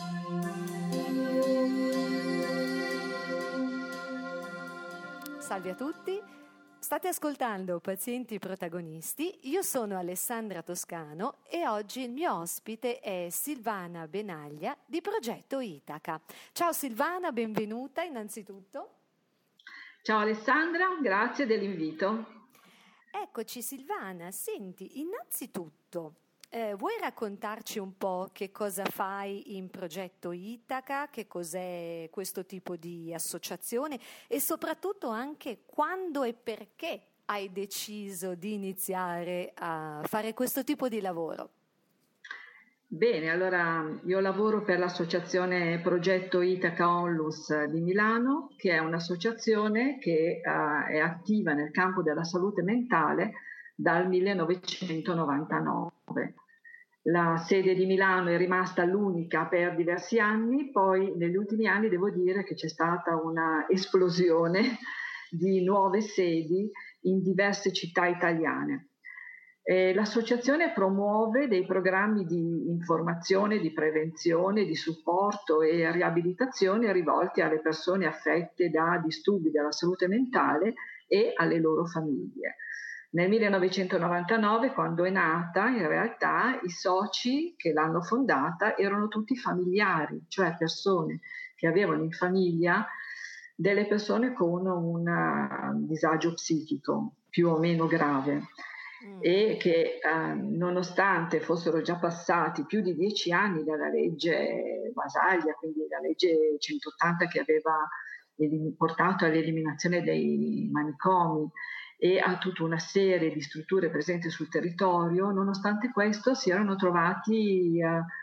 Salve a tutti, state ascoltando Pazienti Protagonisti, io sono Alessandra Toscano e oggi il mio ospite è Silvana Benaglia di Progetto Itaca. Ciao Silvana, benvenuta innanzitutto. Ciao Alessandra, grazie dell'invito. Eccoci Silvana, senti, innanzitutto vuoi raccontarci un po' che cosa fai in Progetto Itaca, che cos'è questo tipo di associazione e soprattutto anche quando e perché hai deciso di iniziare a fare questo tipo di lavoro? Bene, allora io lavoro per l'associazione Progetto Itaca Onlus di Milano, che è un'associazione che è attiva nel campo della salute mentale dal 1999. La sede di Milano è rimasta l'unica per diversi anni, poi negli ultimi anni devo dire che c'è stata una esplosione di nuove sedi in diverse città italiane. L'associazione promuove dei programmi di informazione, di prevenzione, di supporto e riabilitazione rivolti alle persone affette da disturbi della salute mentale e alle loro famiglie. Nel 1999, quando è nata, in realtà i soci che l'hanno fondata erano tutti familiari, cioè persone che avevano in famiglia delle persone con un disagio psichico più o meno grave e che nonostante fossero già passati più di 10 anni dalla legge Basaglia, quindi la legge 180 che aveva portato all'eliminazione dei manicomi e a tutta una serie di strutture presenti sul territorio, nonostante questo si erano trovati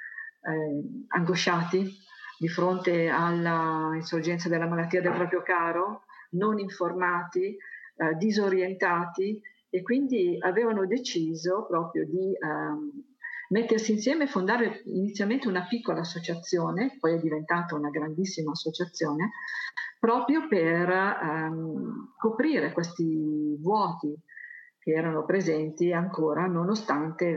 angosciati di fronte alla insorgenza della malattia del proprio caro, non informati, disorientati, e quindi avevano deciso proprio di mettersi insieme e fondare inizialmente una piccola associazione, poi è diventata una grandissima associazione, proprio per coprire questi vuoti che erano presenti ancora nonostante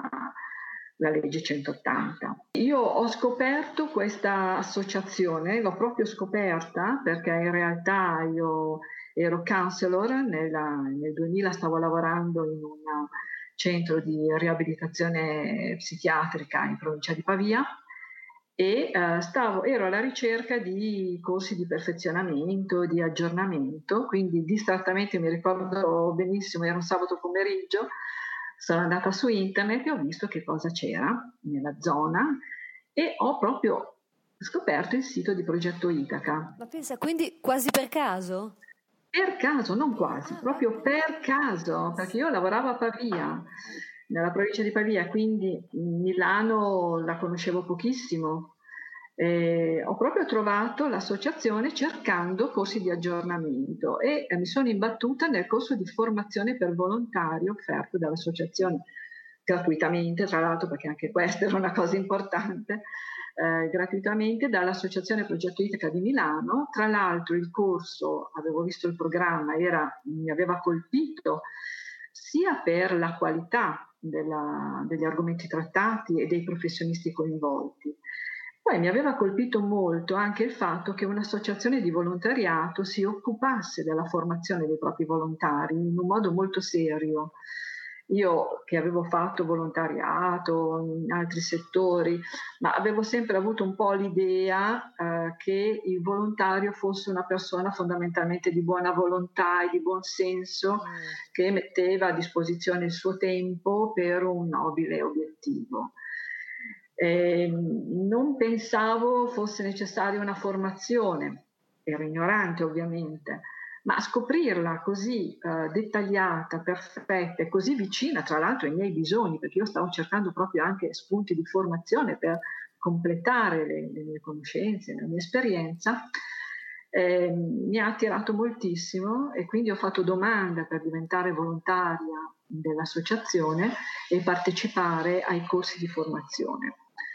la legge 180. Io ho scoperto questa associazione, l'ho proprio scoperta perché in realtà io ero counselor, nel 2000 stavo lavorando in un centro di riabilitazione psichiatrica in provincia di Pavia e ero alla ricerca di corsi di perfezionamento, di aggiornamento, quindi distrattamente mi ricordo benissimo, era un sabato pomeriggio, sono andata su internet e ho visto che cosa c'era nella zona e ho proprio scoperto il sito di Progetto Itaca. Ma pensa, quindi quasi per caso? Per caso, non quasi, proprio per caso, perché io lavoravo a Pavia, nella provincia di Pavia, quindi Milano la conoscevo pochissimo. Ho proprio trovato l'associazione cercando corsi di aggiornamento e mi sono imbattuta nel corso di formazione per volontari offerto dall'associazione gratuitamente, tra l'altro, perché anche questa era una cosa importante, gratuitamente dall'Associazione Progetto Itaca di Milano. Tra l'altro il corso, avevo visto il programma, mi aveva colpito sia per la qualità degli argomenti trattati e dei professionisti coinvolti. Poi mi aveva colpito molto anche il fatto che un'associazione di volontariato si occupasse della formazione dei propri volontari in un modo molto serio. Io che avevo fatto volontariato in altri settori, ma avevo sempre avuto un po' l'idea che il volontario fosse una persona fondamentalmente di buona volontà e di buon senso che metteva a disposizione il suo tempo per un nobile obiettivo. Non pensavo fosse necessaria una formazione, ero ignorante ovviamente, ma scoprirla così dettagliata, perfetta e così vicina tra l'altro ai miei bisogni, perché io stavo cercando proprio anche spunti di formazione per completare le mie conoscenze, la mia esperienza, mi ha attirato moltissimo e quindi ho fatto domanda per diventare volontaria dell'associazione e partecipare ai corsi di formazione.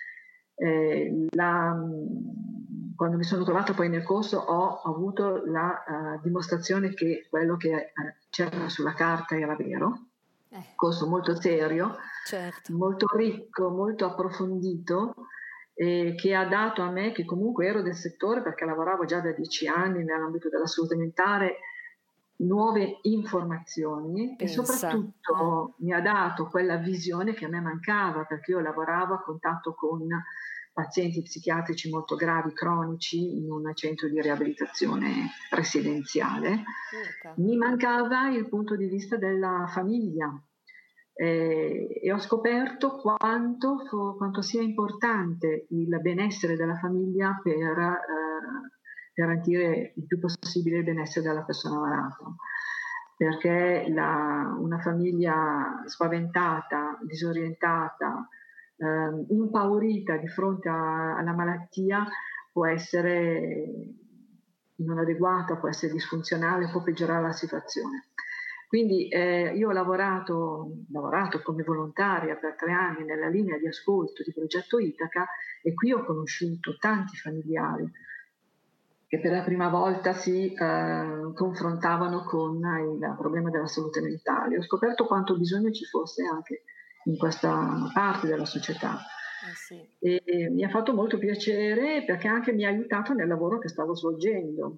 Quando mi sono trovata poi nel corso ho avuto la dimostrazione che quello che c'era sulla carta era vero, corso molto serio, certo, molto ricco, molto approfondito che ha dato a me, che comunque ero del settore perché lavoravo già da 10 anni nell'ambito della salute mentale, nuove informazioni e soprattutto mi ha dato quella visione che a me mancava, perché io lavoravo a contatto con pazienti psichiatrici molto gravi, cronici, in un centro di riabilitazione residenziale. Mi mancava il punto di vista della famiglia e ho scoperto quanto sia importante il benessere della famiglia per garantire il più possibile il benessere della persona malata, perché una famiglia spaventata, disorientata, impaurita di fronte alla malattia può essere non adeguata, può essere disfunzionale, può peggiorare la situazione. Quindi io ho lavorato come volontaria per 3 anni nella linea di ascolto di Progetto Itaca e qui ho conosciuto tanti familiari che per la prima volta si confrontavano con il problema della salute mentale. Ho scoperto quanto bisogno ci fosse anche in questa parte della società. Sì. E mi ha fatto molto piacere perché anche mi ha aiutato nel lavoro che stavo svolgendo,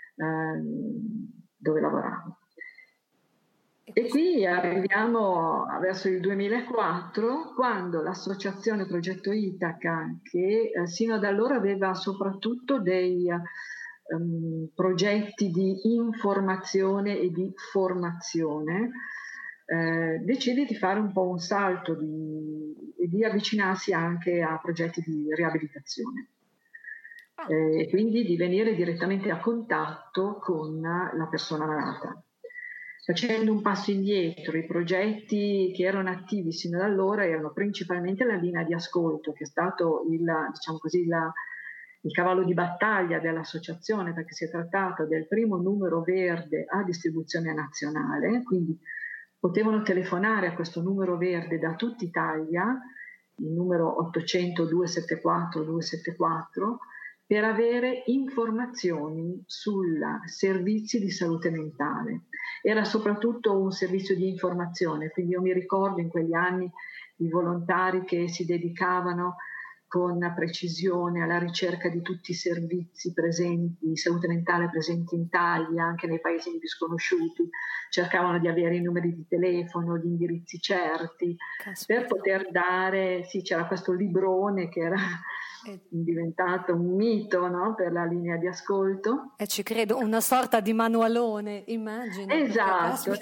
dove lavoravo. E qui arriviamo verso il 2004, quando l'associazione Progetto Itaca, che sino ad allora aveva soprattutto dei progetti di informazione e di formazione, decide di fare un po' un salto e di avvicinarsi anche a progetti di riabilitazione. E quindi di venire direttamente a contatto con la persona malata. Facendo un passo indietro, i progetti che erano attivi sino ad allora erano principalmente la linea di ascolto, che è stato il cavallo di battaglia dell'associazione, perché si è trattato del primo numero verde a distribuzione nazionale, quindi potevano telefonare a questo numero verde da tutta Italia, il numero 800 274 274, per avere informazioni sui servizi di salute mentale. Era soprattutto un servizio di informazione, quindi io mi ricordo in quegli anni i volontari che si dedicavano con precisione alla ricerca di tutti i servizi presenti, di salute mentale presenti in Italia, anche nei paesi più sconosciuti, cercavano di avere i numeri di telefono, gli indirizzi certi, per poter dare, sì, c'era questo librone che era diventato un mito, no? Per la linea di ascolto. E ci credo, una sorta di manualone, immagino. Esatto.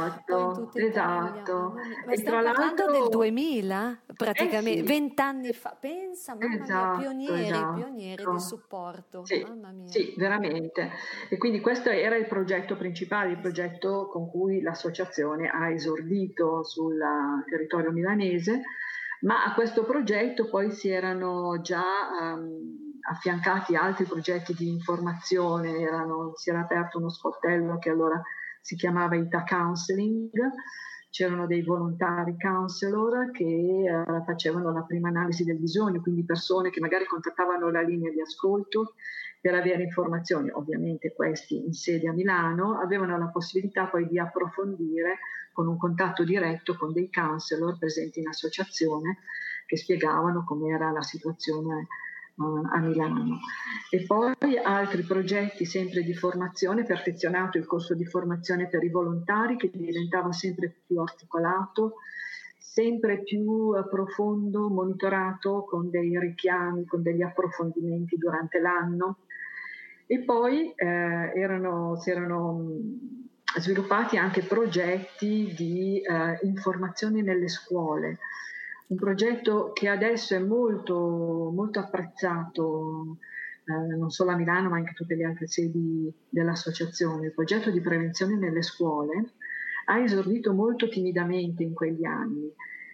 Ma stiamo parlando del 2000, praticamente, 20 anni fa. Pensa, mamma mia, pionieri di supporto. Sì, mamma mia. Sì, veramente. E quindi questo era il progetto principale, il progetto con cui l'associazione ha esordito sul territorio milanese, ma a questo progetto poi si erano già affiancati altri progetti di informazione, si era aperto uno sportello che allora si chiamava Ita Counseling, c'erano dei volontari counselor che facevano la prima analisi del bisogno, quindi persone che magari contattavano la linea di ascolto per avere informazioni, ovviamente questi in sede a Milano, avevano la possibilità poi di approfondire con un contatto diretto con dei counselor presenti in associazione che spiegavano com'era la situazione a Milano. E poi altri progetti sempre di formazione, perfezionato il corso di formazione per i volontari che diventava sempre più articolato, sempre più profondo, monitorato con dei richiami, con degli approfondimenti durante l'anno. E poi si erano sviluppati anche progetti di informazione nelle scuole. Un progetto che adesso è molto, molto apprezzato, non solo a Milano ma anche in tutte le altre sedi dell'associazione. Il progetto di prevenzione nelle scuole ha esordito molto timidamente in quegli anni.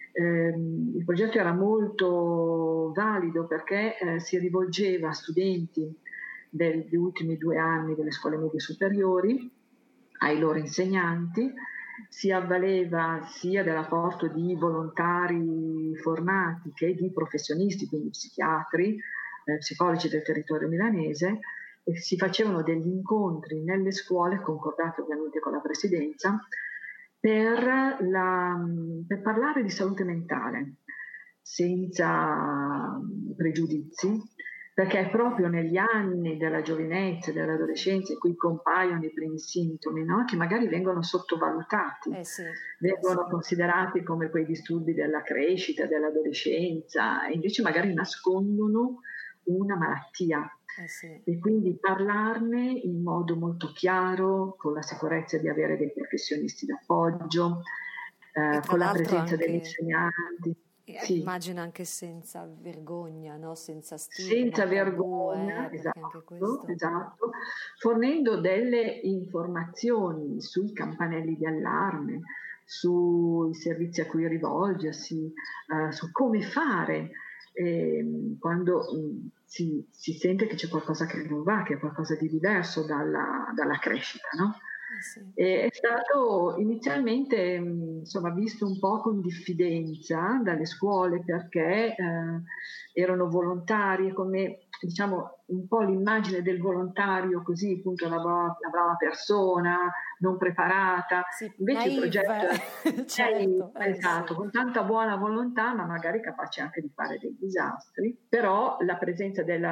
Il progetto era molto valido perché si rivolgeva a studenti degli ultimi 2 anni delle scuole medie superiori, ai loro insegnanti, si avvaleva sia dell'apporto di volontari formati che di professionisti, quindi psichiatri, psicologi del territorio milanese, e si facevano degli incontri nelle scuole, concordati ovviamente con la presidenza, per parlare di salute mentale. senza pregiudizi, perché è proprio negli anni della giovinezza e dell'adolescenza in cui compaiono i primi sintomi, no? Che magari vengono sottovalutati, vengono considerati come quei disturbi della crescita, dell'adolescenza, e invece magari nascondono una malattia. E quindi parlarne in modo molto chiaro, con la sicurezza di avere dei professionisti d'appoggio, con la presenza degli insegnanti. Sì. Immagino anche senza vergogna, no? Senza stigma, senza vergogna, esatto, fornendo delle informazioni sui campanelli di allarme, sui servizi a cui rivolgersi, su come fare quando si sente che c'è qualcosa che non va, che è qualcosa di diverso dalla crescita, no? È stato inizialmente visto un po' con diffidenza dalle scuole, perché erano volontarie, come diciamo un po' l'immagine del volontario, così appunto la brava persona non preparata, invece il progetto certo, esatto, con tanta buona volontà, ma magari capace anche di fare dei disastri, però la presenza del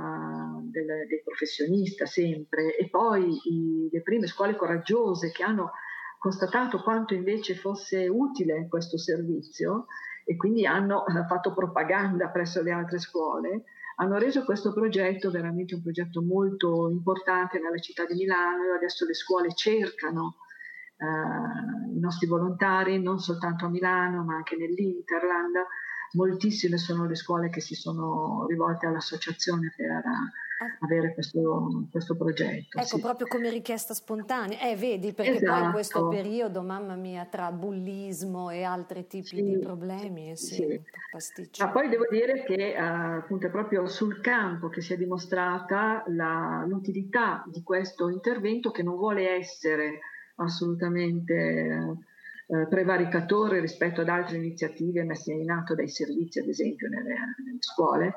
professionista sempre, e poi le prime scuole coraggiose che hanno constatato quanto invece fosse utile questo servizio e quindi hanno fatto propaganda presso le altre scuole, hanno reso questo progetto veramente un progetto molto importante nella città di Milano, e adesso le scuole cercano i nostri volontari non soltanto a Milano ma anche nell'Interland. Moltissime sono le scuole che si sono rivolte all'associazione per avere questo progetto. Ecco, proprio come richiesta spontanea. Vedi, perché poi in questo periodo, mamma mia, tra bullismo e altri tipi di problemi, pasticcio. Ma poi devo dire che appunto è proprio sul campo che si è dimostrata l'utilità di questo intervento, che non vuole essere assolutamente prevaricatore rispetto ad altre iniziative messe in atto dai servizi, ad esempio nelle scuole,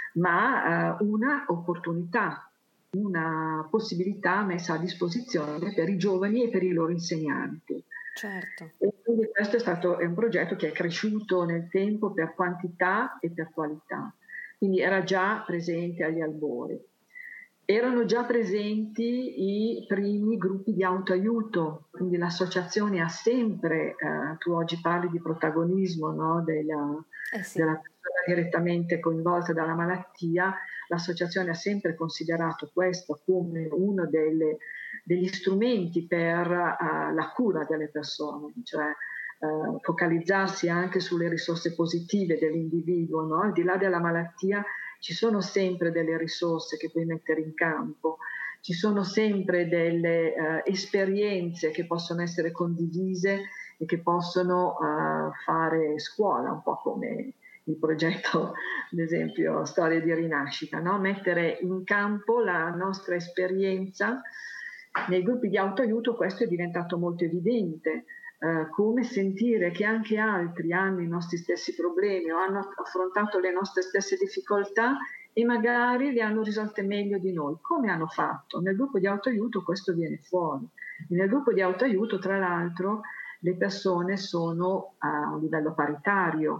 ma una opportunità, una possibilità messa a disposizione per i giovani e per i loro insegnanti. Certo. E quindi questo è un progetto che è cresciuto nel tempo per quantità e per qualità, quindi era già presente agli albori. Erano già presenti i primi gruppi di autoaiuto, quindi l'associazione ha sempre, tu oggi parli di protagonismo, no? della persona direttamente coinvolta dalla malattia, l'associazione ha sempre considerato questo come uno degli strumenti per la cura delle persone, cioè focalizzarsi anche sulle risorse positive dell'individuo, no? Al di là della malattia ci sono sempre delle risorse che puoi mettere in campo, ci sono sempre delle esperienze che possono essere condivise e che possono fare scuola, un po' come il progetto, ad esempio, Storie di Rinascita, no? Mettere in campo la nostra esperienza. Nei gruppi di autoaiuto questo è diventato molto evidente, come sentire che anche altri hanno i nostri stessi problemi o hanno affrontato le nostre stesse difficoltà e magari le hanno risolte meglio di noi. Come hanno fatto? Nel gruppo di autoaiuto questo viene fuori. Nel gruppo di autoaiuto, tra l'altro, le persone sono a un livello paritario,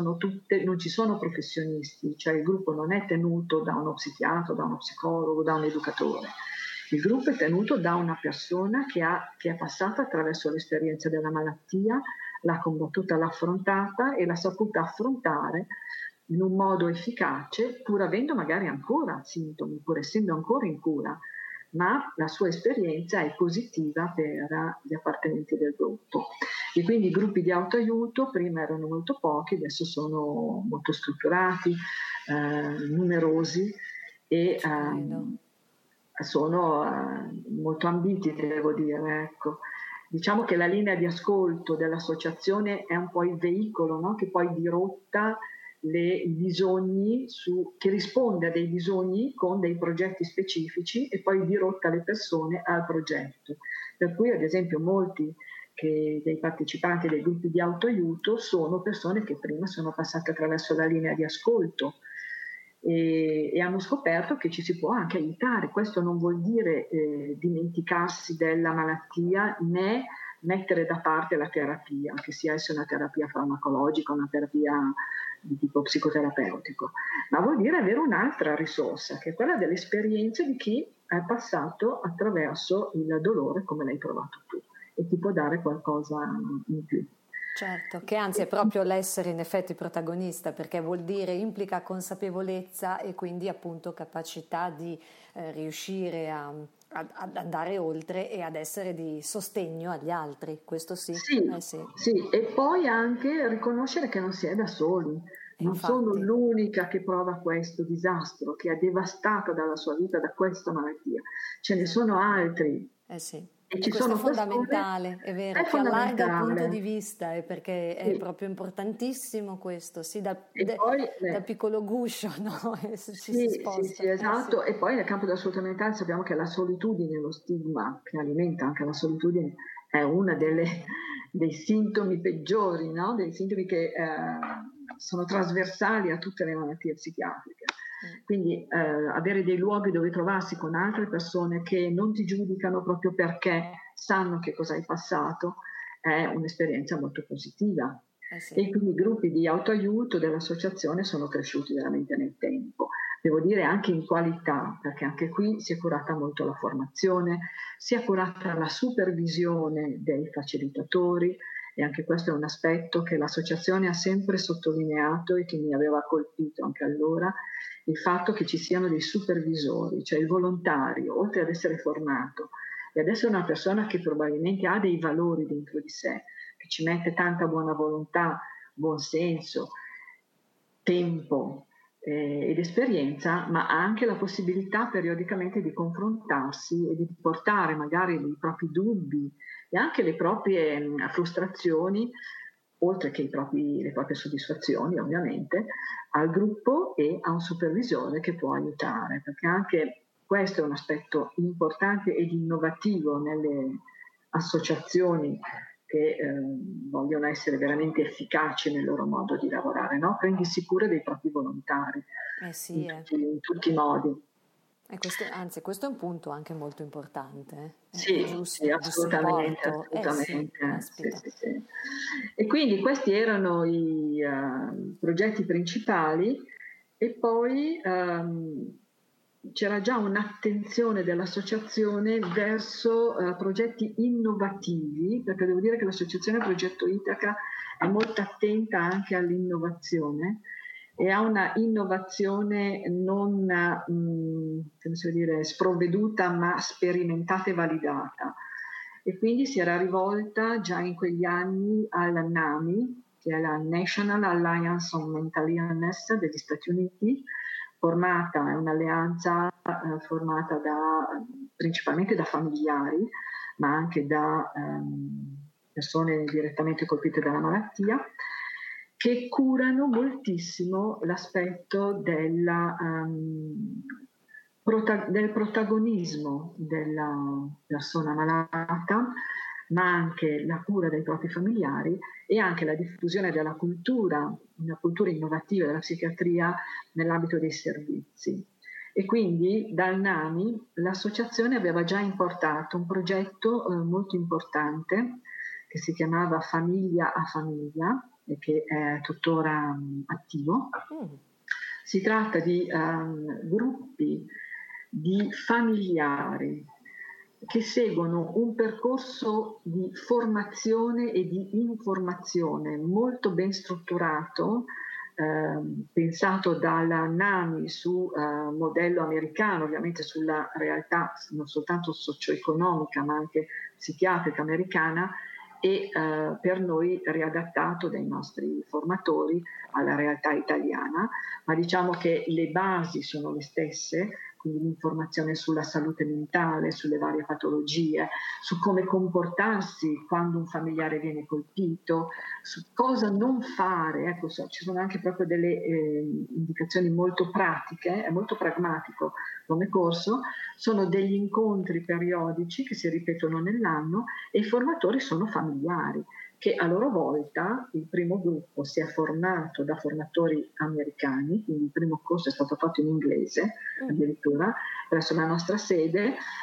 non ci sono professionisti, cioè il gruppo non è tenuto da uno psichiatra, da uno psicologo, da un educatore. Il gruppo è tenuto da una persona che è passata attraverso l'esperienza della malattia, l'ha combattuta, l'ha affrontata e l'ha saputa affrontare in un modo efficace, pur avendo magari ancora sintomi, pur essendo ancora in cura, ma la sua esperienza è positiva per gli appartenenti del gruppo. E quindi i gruppi di autoaiuto prima erano molto pochi, adesso sono molto strutturati, numerosi e sono molto ambiti, devo dire, ecco. Diciamo che la linea di ascolto dell'associazione è un po' il veicolo, no? Che poi dirotta i bisogni, che risponde a dei bisogni con dei progetti specifici e poi dirotta le persone al progetto. Per cui, ad esempio, molti dei partecipanti dei gruppi di autoaiuto sono persone che prima sono passate attraverso la linea di ascolto e hanno scoperto che ci si può anche aiutare. Questo non vuol dire dimenticarsi della malattia né mettere da parte la terapia, che sia essa una terapia farmacologica, una terapia di tipo psicoterapeutico, ma vuol dire avere un'altra risorsa, che è quella dell'esperienza di chi è passato attraverso il dolore come l'hai provato tu, e ti può dare qualcosa in più. Certo, che anzi è proprio l'essere in effetti protagonista, perché vuol dire, implica consapevolezza e quindi appunto capacità di riuscire ad andare oltre e ad essere di sostegno agli altri, questo sì. Sì, Sì. sì, e poi anche riconoscere che non si è da soli. Non sono Infatti. l'unica che prova questo disastro, che è devastata dalla sua vita da questa malattia. Ce ne Esatto. sono altri. Sì. E E ci questo è sono persone, fondamentale, è vero, è che allarga il punto di fondamentale. vista, perché è Sì. proprio importantissimo questo, sì, E poi, dal piccolo guscio, no? Ci si sì, sì, sposta. sì, esatto. E poi nel campo della salute mentale sappiamo che la solitudine, lo stigma che alimenta anche la solitudine, è uno dei sintomi peggiori, no? Dei sintomi che sono trasversali a tutte le malattie psichiatriche. Quindi avere dei luoghi dove trovarsi con altre persone che non ti giudicano proprio perché sanno che cosa hai passato è un'esperienza molto positiva. Sì. E quindi i gruppi di autoaiuto dell'associazione sono cresciuti veramente nel tempo. Devo dire anche in qualità, perché anche qui si è curata molto la formazione, si è curata la supervisione dei facilitatori, e anche questo è un aspetto che l'associazione ha sempre sottolineato e che mi aveva colpito anche allora, il fatto che ci siano dei supervisori, cioè il volontario, oltre ad essere formato, e ad essere una persona che probabilmente ha dei valori dentro di sé, che ci mette tanta buona volontà, buon senso, tempo ed esperienza, ma ha anche la possibilità periodicamente di confrontarsi e di portare magari i propri dubbi e anche le proprie frustrazioni, oltre che le proprie soddisfazioni ovviamente, al gruppo e a un supervisore che può aiutare, perché anche questo è un aspetto importante ed innovativo nelle associazioni che vogliono essere veramente efficaci nel loro modo di lavorare, no? Prendersi cura dei propri volontari Sì, in tutti i modi. E anzi, questo è un punto anche molto importante, Sì, è giusto, sì, di assolutamente, supporto. assolutamente. Sì, caspita. Sì. E quindi questi erano i progetti principali, e poi c'era già un'attenzione dell'associazione verso progetti innovativi, perché devo dire che l'associazione Progetto Itaca è molto attenta anche all'innovazione e ha una innovazione non come si può dire, sprovveduta, ma sperimentata e validata. E quindi si era rivolta già in quegli anni alla NAMI, che è la National Alliance on Mental Illness degli Stati Uniti, è un'alleanza formata principalmente da familiari, ma anche da persone direttamente colpite dalla malattia, che curano moltissimo l'aspetto del protagonismo della persona malata, ma anche la cura dei propri familiari e anche la diffusione della cultura, una cultura innovativa della psichiatria nell'ambito dei servizi. E quindi dal NAMI l'associazione aveva già importato un progetto molto importante che si chiamava Famiglia a Famiglia e che è tuttora attivo. Si tratta di gruppi di familiari che seguono un percorso di formazione e di informazione molto ben strutturato, pensato dalla NAMI su modello americano, ovviamente sulla realtà non soltanto socio-economica ma anche psichiatrica americana, e per noi riadattato dai nostri formatori alla realtà italiana, ma diciamo che le basi sono le stesse, quindi l'informazione sulla salute mentale, sulle varie patologie, su come comportarsi quando un familiare viene colpito, su cosa non fare, ecco, ci sono anche proprio delle indicazioni molto pratiche, è molto pragmatico come corso, sono degli incontri periodici che si ripetono nell'anno e i formatori sono familiari, che a loro volta il primo gruppo si è formato da formatori americani, quindi il primo corso è stato fatto in inglese addirittura presso la nostra sede,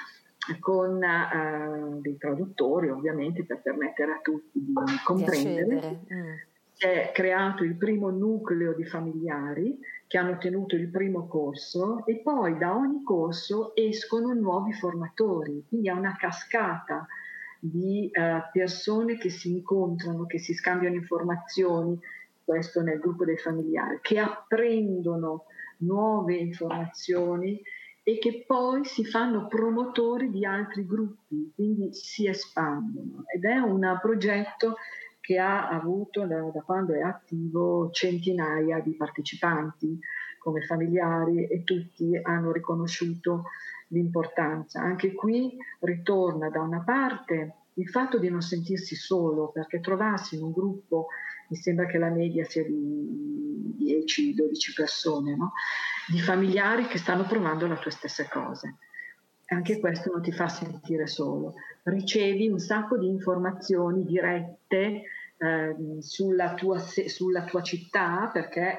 con dei traduttori ovviamente per permettere a tutti di comprendere. Si è creato il primo nucleo di familiari che hanno tenuto il primo corso e poi da ogni corso escono nuovi formatori, quindi è una cascata di persone che si incontrano, che si scambiano informazioni, questo nel gruppo dei familiari, che apprendono nuove informazioni e che poi si fanno promotori di altri gruppi, quindi si espandono. Ed è un progetto che ha avuto da quando è attivo centinaia di partecipanti come familiari e tutti hanno riconosciuto l'importanza. Anche qui ritorna da una parte il fatto di non sentirsi solo, perché trovarsi in un gruppo, mi sembra che la media sia di 10-12 persone, no? Di familiari che stanno provando le tue stesse cose. Anche questo non ti fa sentire solo. Ricevi un sacco di informazioni dirette sulla tua città, perché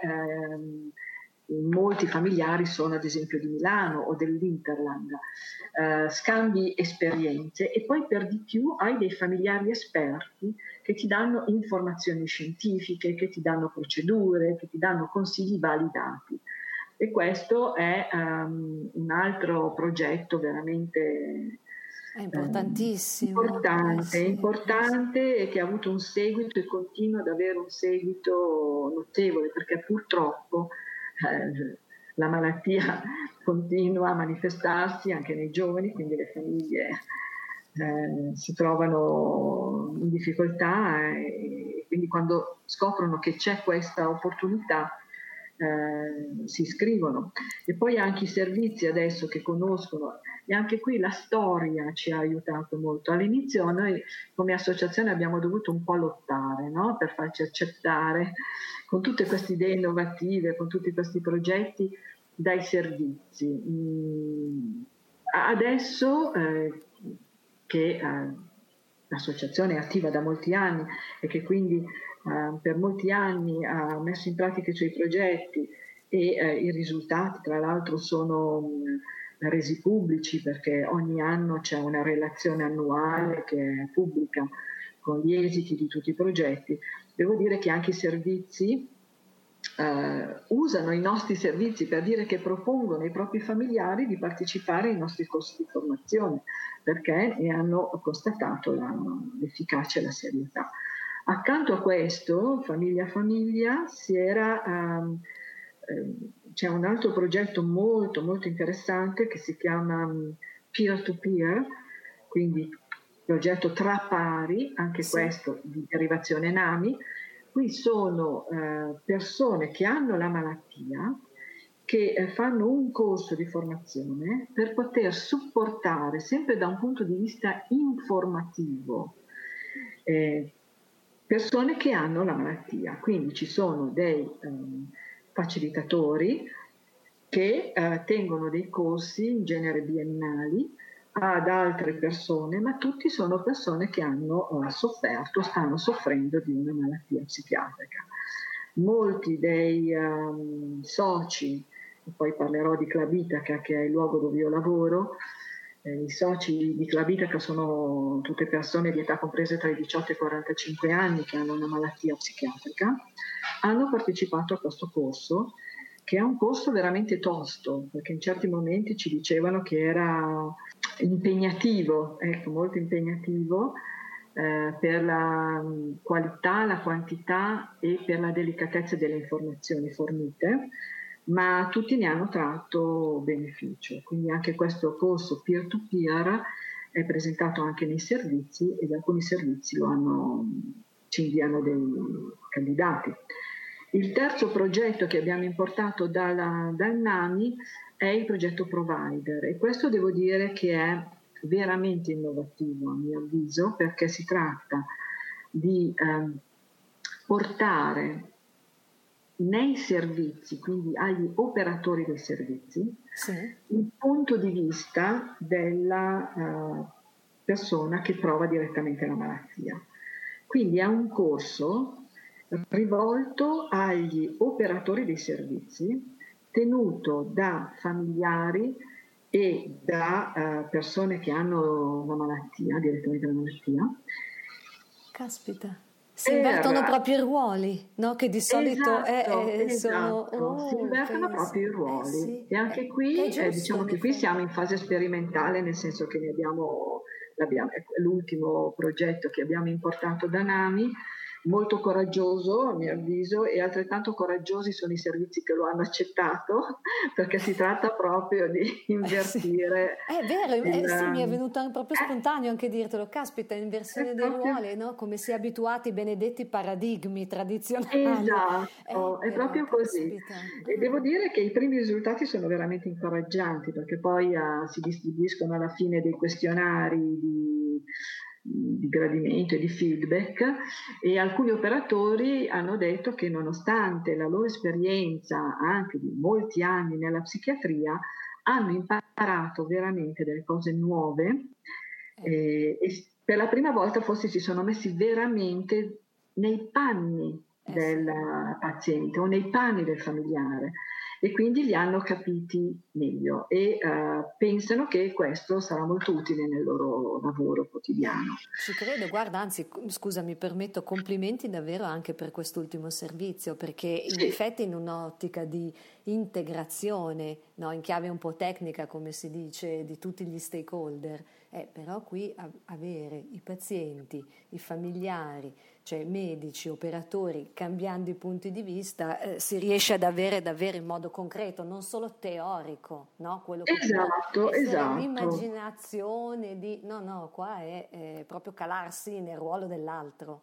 molti familiari sono ad esempio di Milano o dell'Interland, scambi esperienze e poi per di più hai dei familiari esperti che ti danno informazioni scientifiche, che ti danno procedure, che ti danno consigli validati. E questo è un altro progetto veramente è importantissimo. Importante e che ha avuto un seguito e continua ad avere un seguito notevole, perché purtroppo la malattia continua a manifestarsi anche nei giovani, quindi le famiglie si trovano in difficoltà e quindi quando scoprono che c'è questa opportunità si iscrivono. E poi anche i servizi adesso che conoscono, e anche qui la storia ci ha aiutato molto. All'inizio noi come associazione abbiamo dovuto un po' lottare, no? Per farci accettare con tutte queste idee innovative, con tutti questi progetti dai servizi. Adesso che l'associazione è attiva da molti anni e che quindi per molti anni ha messo in pratica i suoi progetti e i risultati tra l'altro sono resi pubblici, perché ogni anno c'è una relazione annuale che è pubblica con gli esiti di tutti i progetti. Devo dire che anche i servizi usano i nostri servizi per dire che propongono ai propri familiari di partecipare ai nostri corsi di formazione, perché ne hanno constatato l'efficacia e la serietà. Accanto a questo, famiglia a famiglia, c'è un altro progetto molto molto interessante che si chiama Peer to Peer, quindi progetto tra pari, anche sì. Questo di derivazione NAMI. Qui sono persone che hanno la malattia, che fanno un corso di formazione per poter supportare, sempre da un punto di vista informativo, persone che hanno la malattia. Quindi ci sono dei facilitatori che tengono dei corsi, in genere biennali, ad altre persone, ma tutti sono persone che hanno sofferto, stanno soffrendo di una malattia psichiatrica. Molti dei soci, e poi parlerò di Club Itaca, che è il luogo dove io lavoro, i soci di Club Itaca sono tutte persone di età comprese tra i 18 e i 45 anni che hanno una malattia psichiatrica, hanno partecipato a questo corso, che è un corso veramente tosto, perché in certi momenti ci dicevano che era impegnativo, ecco, molto impegnativo per la qualità, la quantità e per la delicatezza delle informazioni fornite, ma tutti ne hanno tratto beneficio. Quindi anche questo corso peer-to-peer è presentato anche nei servizi ed alcuni servizi ci inviano dei candidati. Il terzo progetto che abbiamo importato dal NAMI è il progetto Provider, e questo devo dire che è veramente innovativo a mio avviso, perché si tratta di portare nei servizi, quindi agli operatori dei servizi, sì, il punto di vista della persona che prova direttamente la malattia. Quindi è un corso rivolto agli operatori dei servizi, tenuto da familiari e da persone che hanno una malattia, direttamente la malattia. Caspita. Si invertono proprio i ruoli, no? Che di solito Esatto, si invertono proprio i ruoli. Sì, E anche qui, diciamo che qui siamo in fase sperimentale, nel senso che l'ultimo progetto che abbiamo importato da NAMI, molto coraggioso a mio avviso, e altrettanto coraggiosi sono i servizi che lo hanno accettato, perché si tratta proprio di invertire. Sì. È vero, sì, mi è venuto proprio spontaneo anche dirtelo, caspita, inversione dei ruoli, no? Come si è abituati ai benedetti paradigmi tradizionali. Esatto, è proprio così. E devo dire che i primi risultati sono veramente incoraggianti, perché poi si distribuiscono alla fine dei questionari di gradimento e di feedback, e alcuni operatori hanno detto che nonostante la loro esperienza anche di molti anni nella psichiatria, hanno imparato veramente delle cose nuove e per la prima volta forse si sono messi veramente nei panni del paziente o nei panni del familiare, e quindi li hanno capiti meglio e pensano che questo sarà molto utile nel loro lavoro quotidiano. Ci credo, guarda, anzi, scusa, mi permetto, complimenti davvero anche per quest'ultimo servizio, perché in effetti in un'ottica di integrazione, no, in chiave un po' tecnica, come si dice, di tutti gli stakeholder, però qui avere i pazienti, i familiari, cioè medici, operatori, cambiando i punti di vista, si riesce ad avere davvero in modo concreto, non solo teorico, no? Quello che può essere l'immaginazione di no, qua è proprio calarsi nel ruolo dell'altro.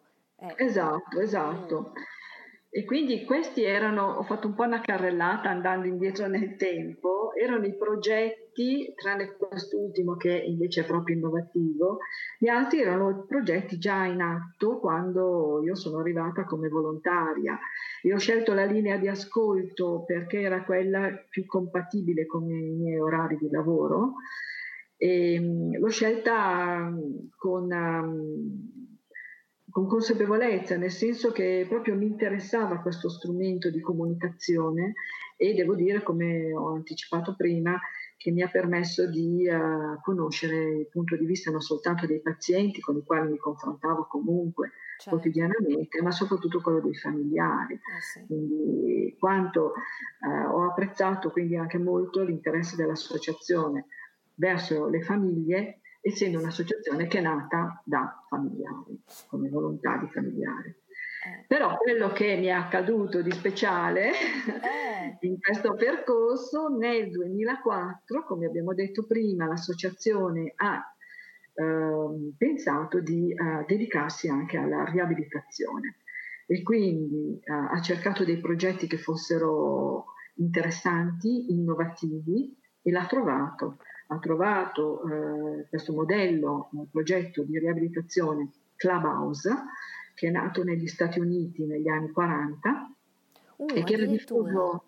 Esatto. E quindi questi ho fatto un po' una carrellata andando indietro nel tempo, erano i progetti, tranne quest'ultimo che invece è proprio innovativo, gli altri erano progetti già in atto quando io sono arrivata come volontaria. Io ho scelto la linea di ascolto perché era quella più compatibile con i miei orari di lavoro, e l'ho scelta con consapevolezza, nel senso che proprio mi interessava questo strumento di comunicazione, e devo dire, come ho anticipato prima, che mi ha permesso di conoscere il punto di vista non soltanto dei pazienti con i quali mi confrontavo comunque quotidianamente, ma soprattutto quello dei familiari. Quindi quanto ho apprezzato quindi anche molto l'interesse dell'associazione verso le famiglie, essendo un'associazione che è nata da familiari, come volontari familiari. Però quello che mi è accaduto di speciale in questo percorso, nel 2004, come abbiamo detto prima, l'associazione ha pensato di dedicarsi anche alla riabilitazione, e quindi ha cercato dei progetti che fossero interessanti, innovativi, e l'ha trovato. Ha trovato questo modello, un progetto di riabilitazione Clubhouse, che è nato negli Stati Uniti negli anni 40 e che era diffuso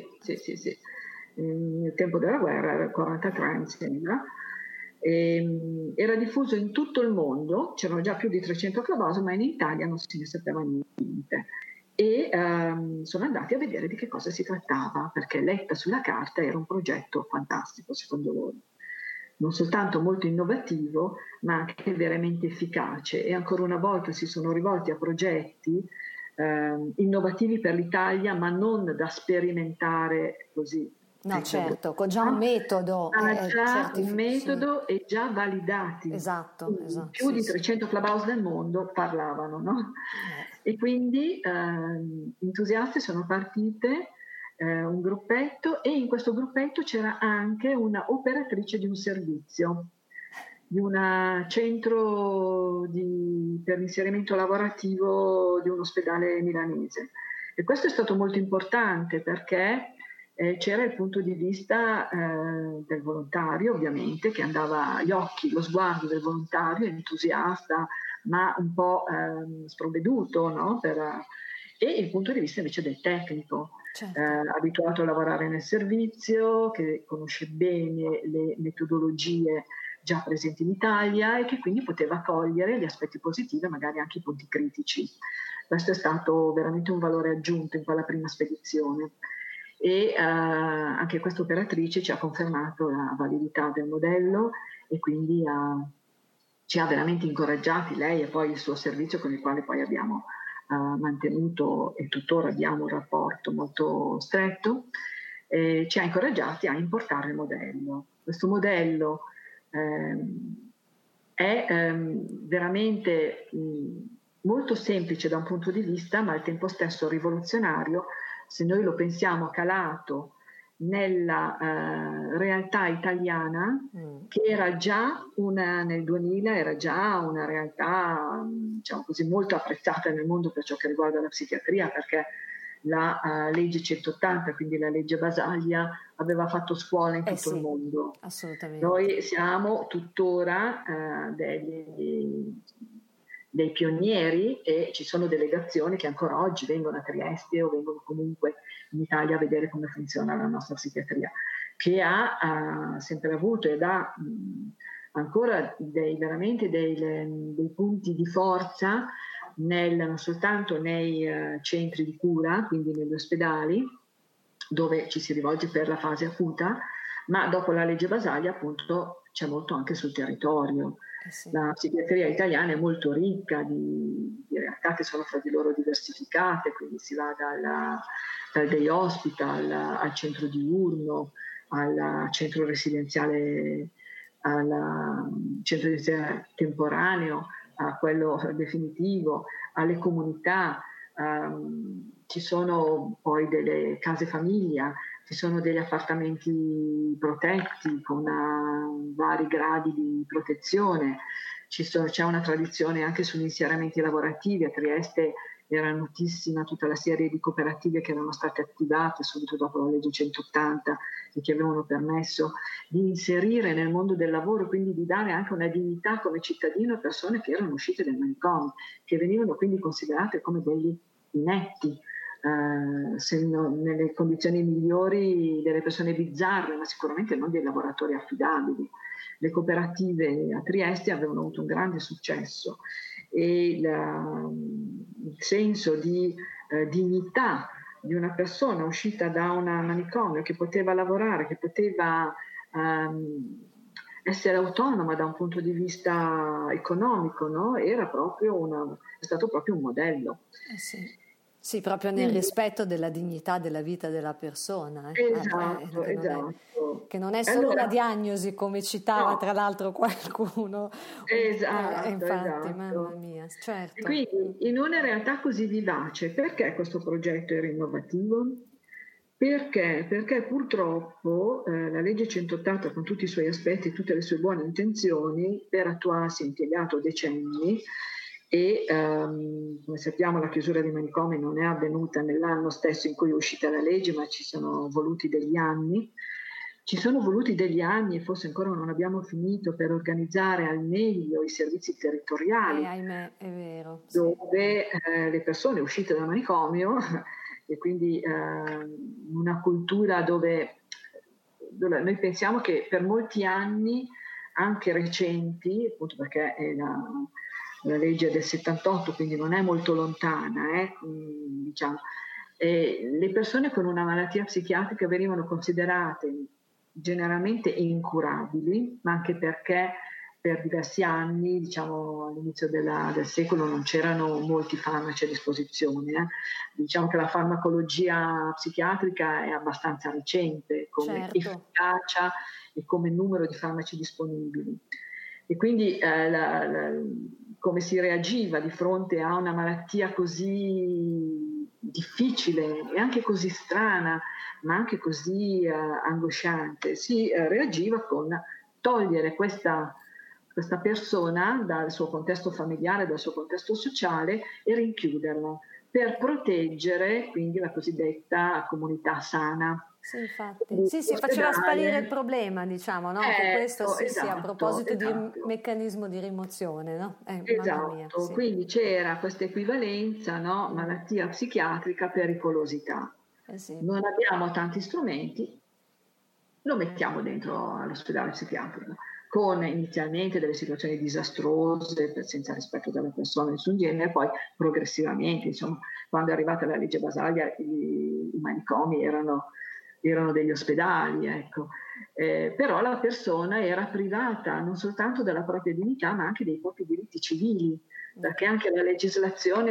nel tempo della guerra, era il 43 mi sembra, era diffuso in tutto il mondo, c'erano già più di 300 Clubhouse, ma in Italia non se ne sapeva niente. E sono andati a vedere di che cosa si trattava, perché letta sulla carta era un progetto fantastico secondo loro, non soltanto molto innovativo ma anche veramente efficace, e ancora una volta si sono rivolti a progetti innovativi per l'Italia, ma non da sperimentare così. No, certo, con già un metodo. Già un metodo e già validati. Esatto. Più di 300 clubhouse nel mondo parlavano, no? E quindi entusiasti sono partite un gruppetto, e in questo gruppetto c'era anche una operatrice di un servizio, di un centro per l'inserimento lavorativo di un ospedale milanese. E questo è stato molto importante perché c'era il punto di vista del volontario, ovviamente, che andava agli occhi, lo sguardo del volontario, entusiasta, ma un po' sprovveduto, no? E il punto di vista invece del tecnico, abituato a lavorare nel servizio, che conosce bene le metodologie già presenti in Italia e che quindi poteva cogliere gli aspetti positivi e magari anche i punti critici. Questo è stato veramente un valore aggiunto in quella prima spedizione. e anche questa operatrice ci ha confermato la validità del modello e quindi ci ha veramente incoraggiati, lei e poi il suo servizio con il quale poi abbiamo mantenuto e tuttora abbiamo un rapporto molto stretto, ci ha incoraggiati a importare il modello. Questo modello è veramente molto semplice da un punto di vista, ma al tempo stesso rivoluzionario se noi lo pensiamo calato nella realtà italiana, che era già nel 2000 era già una realtà, diciamo così, molto apprezzata nel mondo per ciò che riguarda la psichiatria, perché la legge 180, quindi la legge Basaglia, aveva fatto scuola in tutto il mondo. Assolutamente. Noi siamo tuttora dei pionieri e ci sono delegazioni che ancora oggi vengono a Trieste o vengono comunque in Italia a vedere come funziona la nostra psichiatria, che ha sempre avuto ed ha ancora veramente dei punti di forza non soltanto nei centri di cura, quindi negli ospedali, dove ci si rivolge per la fase acuta, ma dopo la legge Basaglia appunto c'è molto anche sul territorio. Sì. La psichiatria italiana è molto ricca di realtà che sono fra di loro diversificate, quindi si va dal day hospital al centro diurno, al centro residenziale, temporaneo, a quello definitivo, alle comunità. Ci sono poi delle case famiglia, ci sono degli appartamenti protetti con vari gradi di protezione, c'è una tradizione anche sugli insediamenti lavorativi. A Trieste era notissima tutta la serie di cooperative che erano state attivate subito dopo la legge 180 e che avevano permesso di inserire nel mondo del lavoro, quindi di dare anche una dignità come cittadino a persone che erano uscite dai manicomi, che venivano quindi considerate come degli inetti, nelle condizioni migliori delle persone bizzarre, ma sicuramente non dei lavoratori affidabili. Le cooperative a Trieste avevano avuto un grande successo e il senso di dignità di una persona uscita da un manicomio, che poteva lavorare, che poteva essere autonoma da un punto di vista economico, no? È stato proprio un modello. Sì. Sì, proprio nel rispetto della dignità della vita della persona. Esatto, che non è solo una diagnosi, come citava tra l'altro qualcuno. Esatto, infatti, mamma mia, certo. E quindi in una realtà così vivace, perché questo progetto era innovativo? Perché purtroppo la legge 180, con tutti i suoi aspetti e tutte le sue buone intenzioni, per attuarsi è impiegato decenni. E come sappiamo la chiusura dei manicomi non è avvenuta nell'anno stesso in cui è uscita la legge, ma ci sono voluti degli anni. Ci sono voluti degli anni e forse ancora non abbiamo finito per organizzare al meglio i servizi territoriali. Ahimè, è vero. Dove le persone uscite dal manicomio e quindi una cultura dove noi pensiamo che per molti anni, anche recenti, appunto perché è la legge del 78, quindi non è molto lontana, diciamo, le persone con una malattia psichiatrica venivano considerate generalmente incurabili, ma anche perché per diversi anni, diciamo all'inizio del secolo, non c'erano molti farmaci a disposizione. Diciamo che la farmacologia psichiatrica è abbastanza recente come efficacia e come numero di farmaci disponibili. E quindi come si reagiva di fronte a una malattia così difficile e anche così strana, ma anche così angosciante, si reagiva con togliere questa persona dal suo contesto familiare, dal suo contesto sociale e rinchiuderla per proteggere quindi la cosiddetta comunità sana. Sì, infatti. Sì, faceva sparire il problema, diciamo, no? Anche questo a proposito di meccanismo di rimozione, no? Esatto, mia, sì. Quindi c'era questa equivalenza, no? Malattia psichiatrica, pericolosità. Sì. Non abbiamo tanti strumenti, lo mettiamo dentro all'ospedale psichiatrico, con inizialmente delle situazioni disastrose, senza rispetto della persona, nessun genere, poi progressivamente, insomma, quando è arrivata la legge Basaglia i manicomi erano erano degli ospedali, ecco. Però la persona era privata non soltanto della propria dignità, ma anche dei propri diritti civili, perché anche la legislazione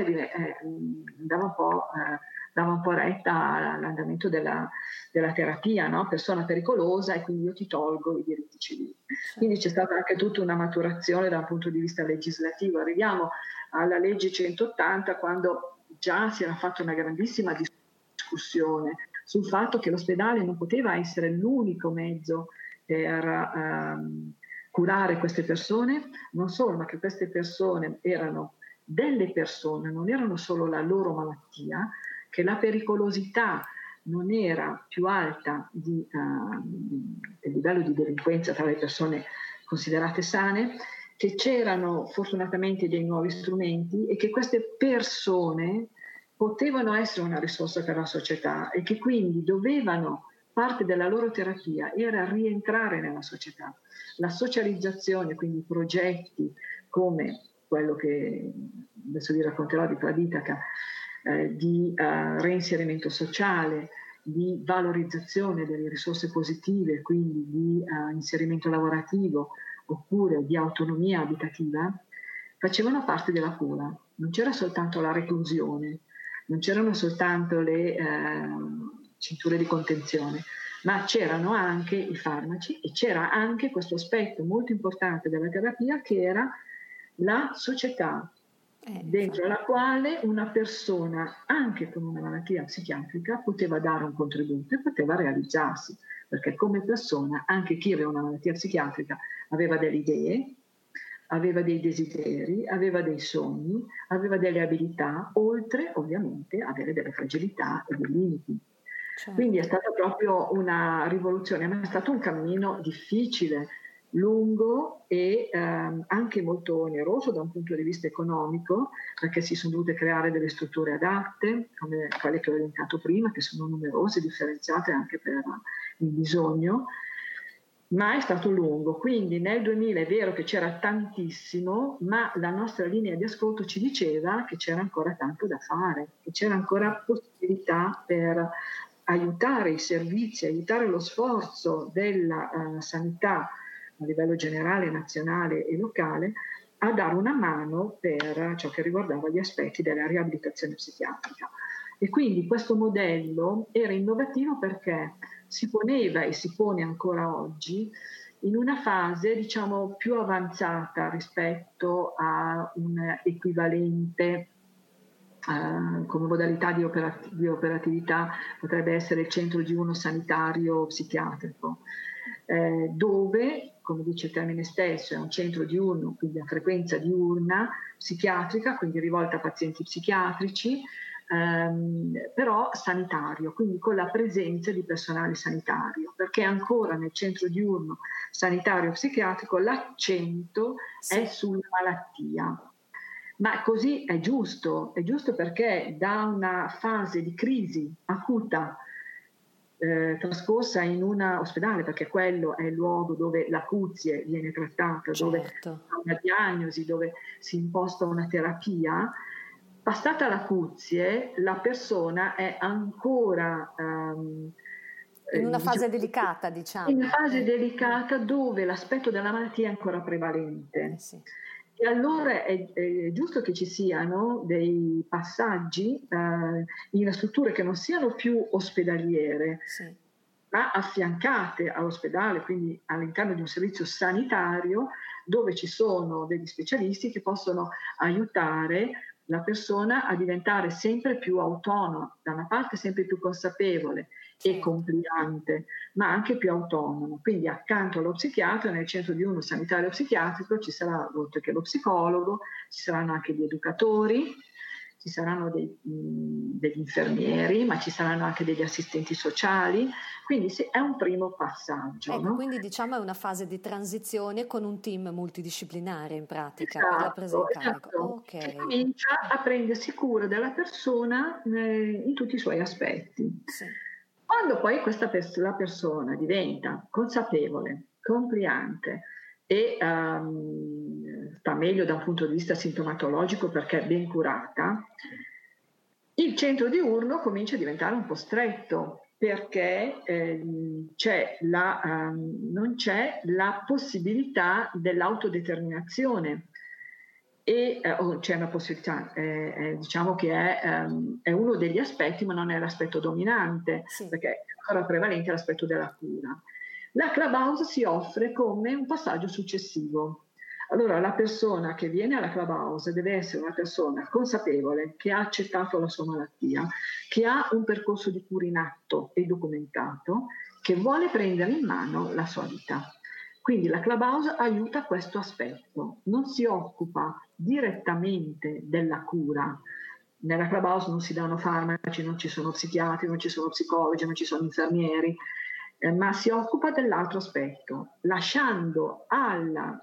dava un po' retta all'andamento della terapia, no? Persona pericolosa, e quindi io ti tolgo i diritti civili. Quindi c'è stata anche tutta una maturazione da un punto di vista legislativo. Arriviamo alla legge 180, quando già si era fatta una grandissima discussione sul fatto che l'ospedale non poteva essere l'unico mezzo per curare queste persone, non solo, ma che queste persone erano delle persone, non erano solo la loro malattia, che la pericolosità non era più alta del livello di delinquenza tra le persone considerate sane, che c'erano fortunatamente dei nuovi strumenti e che queste persone potevano essere una risorsa per la società e che quindi parte della loro terapia era rientrare nella società. La socializzazione, quindi progetti come quello che adesso vi racconterò di Pradipaka, di reinserimento sociale, di valorizzazione delle risorse positive, quindi di inserimento lavorativo oppure di autonomia abitativa, facevano parte della cura. Non c'era soltanto la reclusione, non c'erano soltanto le cinture di contenzione, ma c'erano anche i farmaci e c'era anche questo aspetto molto importante della terapia che era la società, dentro la quale una persona, anche con una malattia psichiatrica, poteva dare un contributo e poteva realizzarsi, perché come persona anche chi aveva una malattia psichiatrica aveva delle idee, aveva dei desideri, aveva dei sogni, aveva delle abilità, oltre ovviamente a avere delle fragilità e dei limiti. Certo. Quindi è stata proprio una rivoluzione, ma è stato un cammino difficile, lungo e anche molto oneroso da un punto di vista economico, perché si sono dovute creare delle strutture adatte, come quelle che ho elencato prima, che sono numerose, differenziate anche per il bisogno, ma è stato lungo. Quindi nel 2000 è vero che c'era tantissimo, ma la nostra linea di ascolto ci diceva che c'era ancora tanto da fare, che c'era ancora possibilità per aiutare i servizi, aiutare lo sforzo della sanità a livello generale, nazionale e locale a dare una mano per ciò che riguardava gli aspetti della riabilitazione psichiatrica. E quindi questo modello era innovativo perché si poneva e si pone ancora oggi in una fase, diciamo, più avanzata rispetto a un equivalente come modalità di operatività potrebbe essere il centro diurno sanitario psichiatrico, dove, come dice il termine stesso, è un centro diurno, quindi a frequenza diurna, psichiatrica, quindi rivolta a pazienti psichiatrici, però sanitario, quindi con la presenza di personale sanitario, perché ancora nel centro diurno sanitario psichiatrico l'accento è sulla malattia. Ma così è giusto perché da una fase di crisi acuta trascorsa in un ospedale, perché quello è il luogo dove l'acuzie viene trattata, certo, dove c'è una diagnosi, dove si imposta una terapia, passata l'acuzie la persona è ancora in una fase delicata, diciamo. In una fase delicata dove l'aspetto della malattia è ancora prevalente. Sì. E allora è giusto che ci siano dei passaggi in strutture che non siano più ospedaliere, sì, ma affiancate all'ospedale, quindi all'interno di un servizio sanitario dove ci sono degli specialisti che possono aiutare la persona a diventare sempre più autonoma, da una parte sempre più consapevole, certo, e compliante, ma anche più autonoma. Quindi accanto allo psichiatra, nel centro diurno sanitario psichiatrico, ci sarà, oltre che lo psicologo, ci saranno anche gli educatori, ci saranno degli infermieri, ma ci saranno anche degli assistenti sociali, quindi è un primo passaggio. Ecco, no? Quindi diciamo è una fase di transizione con un team multidisciplinare in pratica, esatto, per la presa in carico. Esatto. Okay. Che comincia a prendersi cura della persona in tutti i suoi aspetti. Sì. Quando poi la persona diventa consapevole, compliante e sta meglio da un punto di vista sintomatologico perché è ben curata, il centro diurno comincia a diventare un po' stretto, perché non c'è la possibilità dell'autodeterminazione. C'è una possibilità, diciamo che è uno degli aspetti, ma non è l'aspetto dominante, Sì. perché è ancora prevalente l'aspetto della cura. La Clubhouse si offre come un passaggio successivo. Allora, la persona che viene alla Clubhouse deve essere una persona consapevole, che ha accettato la sua malattia, che ha un percorso di cura in atto e documentato, che vuole prendere in mano la sua vita. Quindi la Clubhouse aiuta questo aspetto, non si occupa direttamente della cura. Nella Clubhouse non si danno farmaci, non ci sono psichiatri, non ci sono psicologi, non ci sono infermieri, ma si occupa dell'altro aspetto, lasciando al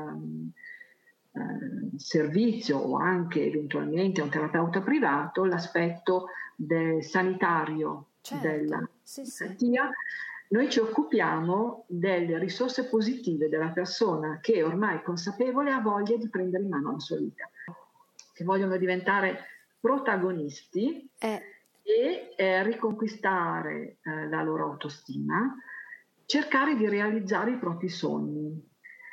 servizio o anche eventualmente a un terapeuta privato l'aspetto sanitario della malattia. Noi ci occupiamo delle risorse positive della persona che ormai consapevole ha voglia di prendere in mano la sua vita, che vogliono diventare protagonisti e riconquistare la loro autostima, cercare di realizzare i propri sogni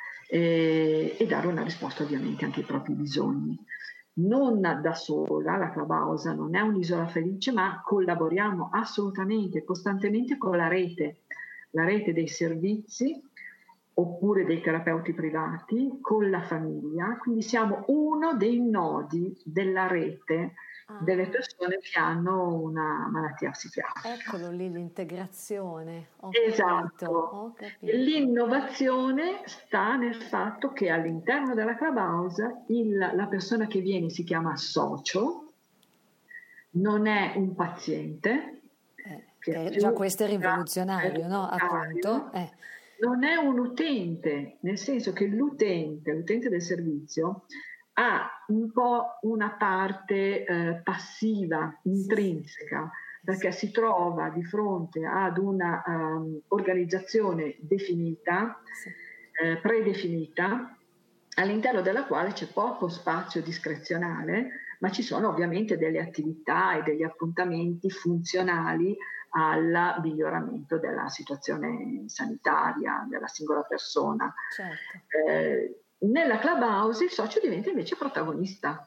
e dare una risposta ovviamente anche ai propri bisogni. Non da sola, la Clubhouse non è un'isola felice, ma collaboriamo assolutamente, costantemente con la rete dei servizi oppure dei terapeuti privati, con la famiglia, quindi siamo uno dei nodi della rete delle persone che hanno una malattia psichiatrica. Eccolo lì l'integrazione. Esatto. Ho capito. L'innovazione sta nel fatto che all'interno della Clubhouse la persona che viene si chiama socio, non è un paziente. Già questo è rivoluzionario, no? Appunto. Non è un utente, nel senso che l'utente del servizio ha un po' una parte passiva, intrinseca, perché si trova di fronte ad una organizzazione definita, predefinita, all'interno della quale c'è poco spazio discrezionale, ma ci sono ovviamente delle attività e degli appuntamenti funzionali al miglioramento della situazione sanitaria della singola persona. Certo. Nella Clubhouse il socio diventa invece protagonista.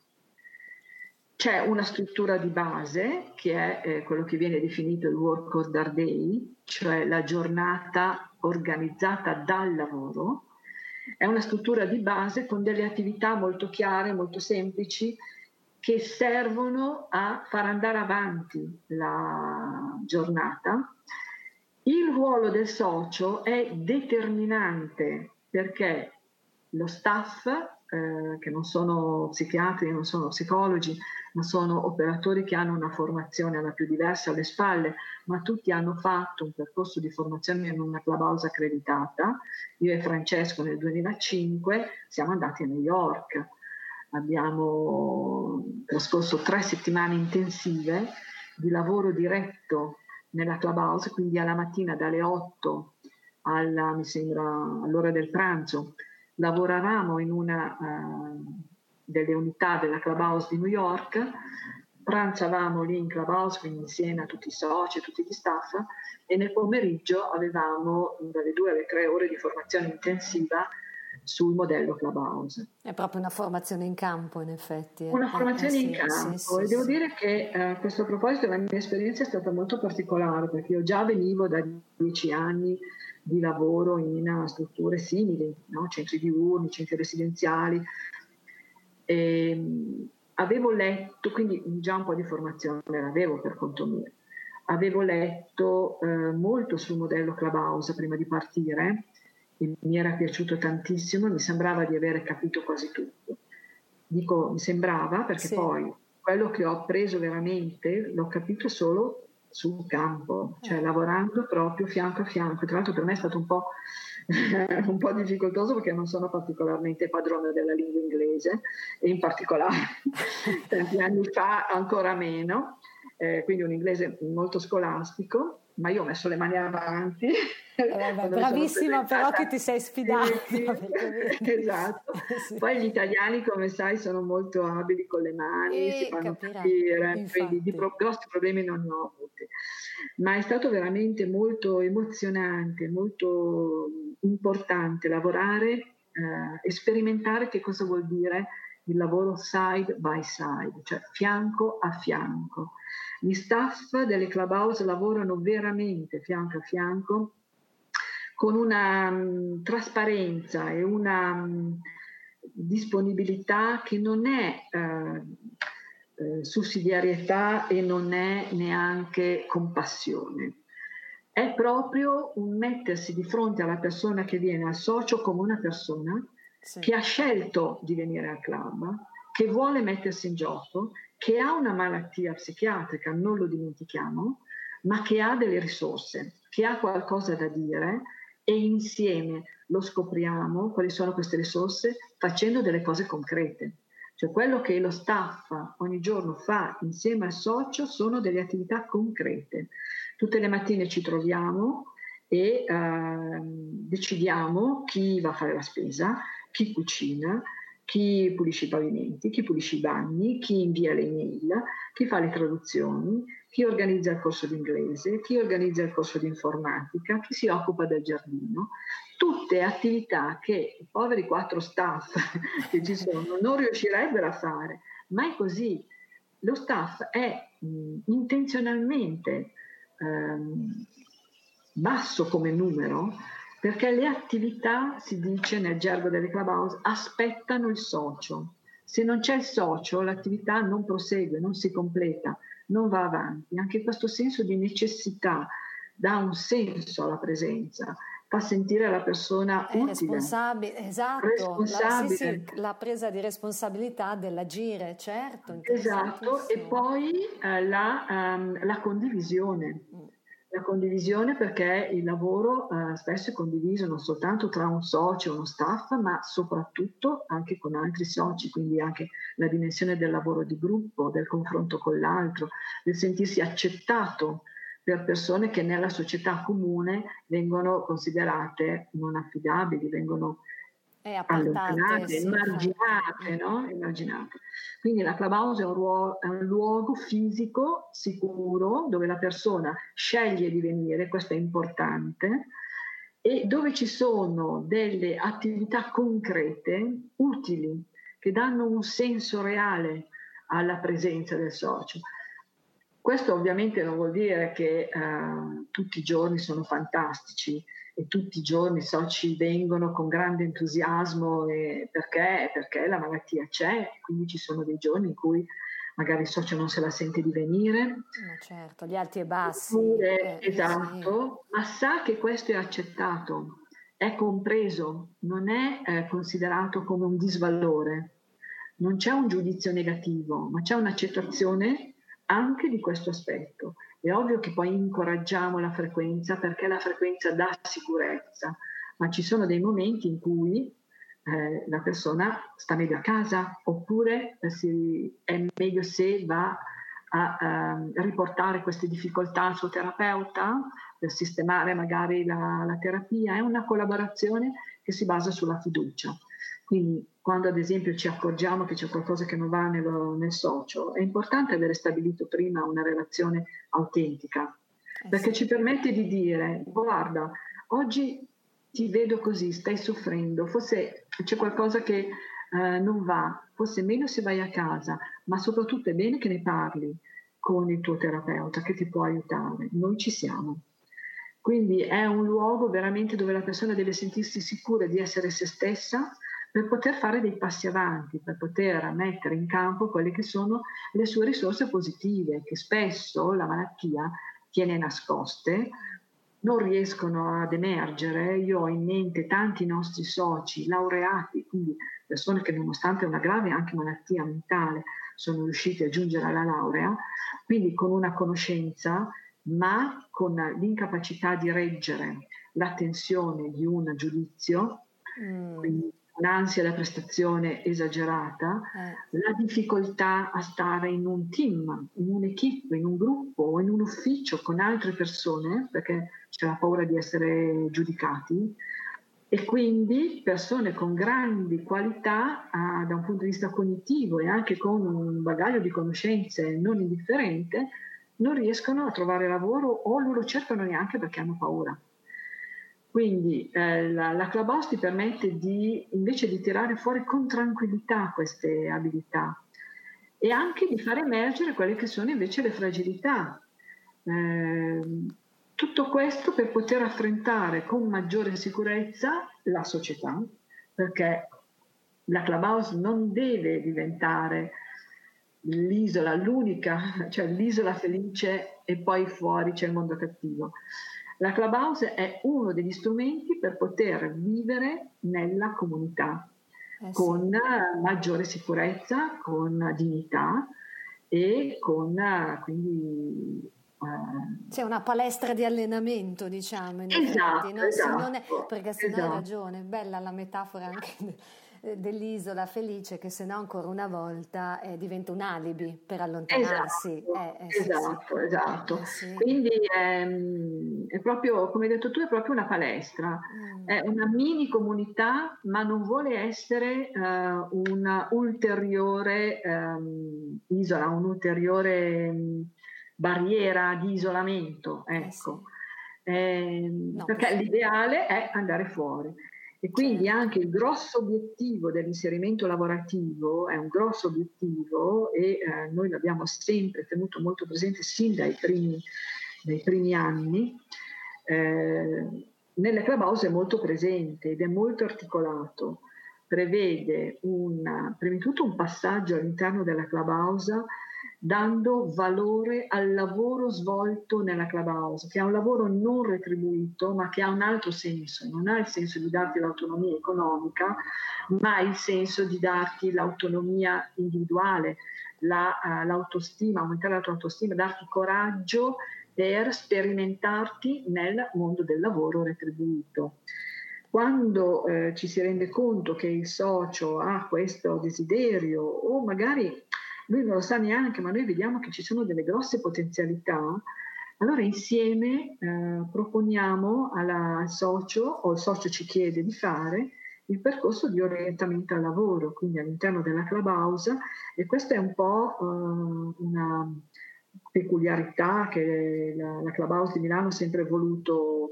C'è una struttura di base che è quello che viene definito il Work Order Day, cioè la giornata organizzata dal lavoro. È una struttura di base con delle attività molto chiare, molto semplici, che servono a far andare avanti la giornata. Il ruolo del socio è determinante perché lo staff, che non sono psichiatri, non sono psicologi, ma sono operatori che hanno una formazione alla più diversa alle spalle, ma tutti hanno fatto un percorso di formazione in una Clubhouse accreditata. Io e Francesco nel 2005 siamo andati a New York. Abbiamo trascorso 3 settimane intensive di lavoro diretto nella Clubhouse, quindi alla mattina dalle 8 mi sembra all'ora del pranzo lavoravamo in una delle unità della Clubhouse di New York, pranzavamo lì in Clubhouse, quindi insieme a tutti i soci, tutti gli staff, e nel pomeriggio avevamo dalle 2 alle 3 ore di formazione intensiva sul modello Clubhouse. È proprio una formazione in campo, in effetti. Una formazione in campo, e devo dire che a questo proposito la mia esperienza è stata molto particolare, perché io già venivo da 10 anni di lavoro in strutture simili, no? Centri diurni, centri residenziali. Avevo letto, quindi già un po' di formazione l'avevo per conto mio. Avevo letto molto sul modello Clubhouse prima di partire, e mi era piaciuto tantissimo, mi sembrava di aver capito quasi tutto. Dico mi sembrava perché poi quello che ho appreso veramente l'ho capito solo sul campo, cioè lavorando proprio fianco a fianco. Tra l'altro per me è stato un po' difficoltoso perché non sono particolarmente padrona della lingua inglese, e in particolare tanti anni fa ancora meno, quindi un inglese molto scolastico, ma io ho messo le mani avanti. Bravissima però che ti sei sfidata. Esatto. Poi gli italiani, come sai, sono molto abili con le mani, si fanno capire, quindi grossi problemi non ne ho avuti. ma è stato veramente molto emozionante, molto importante lavorare e sperimentare che cosa vuol dire il lavoro side by side, cioè fianco a fianco. Gli staff delle clubhouse lavorano veramente fianco a fianco con una trasparenza e una disponibilità che non è sussidiarietà e non è neanche compassione. È proprio un mettersi di fronte alla persona che viene, al socio, come una persona che ha scelto di venire al club, che vuole mettersi in gioco, che ha una malattia psichiatrica, non lo dimentichiamo, ma che ha delle risorse, che ha qualcosa da dire, e insieme lo scopriamo quali sono queste risorse facendo delle cose concrete. Cioè quello che lo staff ogni giorno fa insieme al socio sono delle attività concrete. Tutte le mattine ci troviamo e decidiamo chi va a fare la spesa, chi cucina, chi pulisce i pavimenti, chi pulisce i bagni, chi invia le email, chi fa le traduzioni, chi organizza il corso di inglese, chi organizza il corso di informatica, chi si occupa del giardino. Tutte attività che i poveri 4 staff che ci sono non riuscirebbero a fare, ma è così. Lo staff è intenzionalmente basso come numero, perché le attività, si dice nel gergo delle clubhouse, aspettano il socio. Se non c'è il socio, l'attività non prosegue, non si completa, non va avanti. Anche questo senso di necessità dà un senso alla presenza, fa sentire la persona utile, responsabile, esatto, responsabile. La presa di responsabilità dell'agire, certo. Esatto, e poi la condivisione. La condivisione, perché il lavoro spesso è condiviso non soltanto tra un socio e uno staff, ma soprattutto anche con altri soci, quindi anche la dimensione del lavoro di gruppo, del confronto con l'altro, del sentirsi accettato per persone che nella società comune vengono considerate non affidabili, vengono allontanate, emarginate, no? Emarginate. Quindi la clubhouse è un luogo fisico sicuro dove la persona sceglie di venire, questo è importante, e dove ci sono delle attività concrete, utili, che danno un senso reale alla presenza del socio. Questo ovviamente non vuol dire che tutti i giorni sono fantastici e tutti i giorni i soci vengono con grande entusiasmo perché la malattia c'è, quindi ci sono dei giorni in cui magari il socio non se la sente di venire. Ma certo, gli alti e bassi. Esatto, sì. Ma sa che questo è accettato, è compreso, non è considerato come un disvalore, non c'è un giudizio negativo, ma c'è un'accettazione anche di questo aspetto. È ovvio che poi incoraggiamo la frequenza perché la frequenza dà sicurezza, ma ci sono dei momenti in cui la persona sta meglio a casa, oppure è meglio se va a riportare queste difficoltà al suo terapeuta per sistemare magari la terapia. È una collaborazione che si basa sulla fiducia. Quindi quando ad esempio ci accorgiamo che c'è qualcosa che non va nel socio, è importante avere stabilito prima una relazione autentica, perché ci permette di dire: guarda, oggi ti vedo così, stai soffrendo, forse c'è qualcosa che non va, forse è meglio se vai a casa, ma soprattutto è bene che ne parli con il tuo terapeuta che ti può aiutare. Noi ci siamo. Quindi è un luogo veramente dove la persona deve sentirsi sicura di essere se stessa, per poter fare dei passi avanti, per poter mettere in campo quelle che sono le sue risorse positive, che spesso la malattia tiene nascoste, non riescono ad emergere. Io ho in mente tanti nostri soci laureati, quindi persone che nonostante una grave anche malattia mentale sono riusciti a giungere alla laurea, quindi con una conoscenza, ma con l'incapacità di reggere la tensione di un giudizio, quindi un'ansia da prestazione esagerata, la difficoltà a stare in un team, in un'equipe, in un gruppo o in un ufficio con altre persone, perché c'è la paura di essere giudicati, e quindi persone con grandi qualità da un punto di vista cognitivo e anche con un bagaglio di conoscenze non indifferente, non riescono a trovare lavoro o non lo cercano neanche perché hanno paura. Quindi la Clubhouse ti permette invece di tirare fuori con tranquillità queste abilità e anche di far emergere quelle che sono invece le fragilità. Tutto questo per poter affrontare con maggiore sicurezza la società, perché la Clubhouse non deve diventare l'isola, l'unica, cioè l'isola felice e poi fuori c'è il mondo cattivo. La Clubhouse è uno degli strumenti per poter vivere nella comunità con maggiore sicurezza, con dignità e con quindi c'è una palestra di allenamento, diciamo, in effetti, no? Sì, non è, perché se no hai ragione, bella la metafora anche dell'isola felice che se no ancora una volta diventa un alibi per allontanarsi. Esatto. Quindi è proprio, come hai detto tu, è proprio una palestra, è una mini comunità, ma non vuole essere una ulteriore isola, un'ulteriore barriera di isolamento, ecco. Perché l'ideale è andare fuori. E quindi anche il grosso obiettivo dell'inserimento lavorativo è un grosso obiettivo e noi l'abbiamo sempre tenuto molto presente sin dai primi anni. Nelle Clubhouse è molto presente ed è molto articolato. Prevede prima di tutto un passaggio all'interno della Clubhouse dando valore al lavoro svolto nella Clubhouse, che è un lavoro non retribuito, ma che ha un altro senso. Non ha il senso di darti l'autonomia economica, ma ha il senso di darti l'autonomia individuale, l'autostima, aumentare la tua autostima, darti coraggio per sperimentarti nel mondo del lavoro retribuito. Quando ci si rende conto che il socio ha questo desiderio o magari lui non lo sa neanche, ma noi vediamo che ci sono delle grosse potenzialità, allora insieme proponiamo al socio, o il socio ci chiede di fare, il percorso di orientamento al lavoro, quindi all'interno della Clubhouse, e questa è un po' una peculiarità che la Clubhouse di Milano ha sempre voluto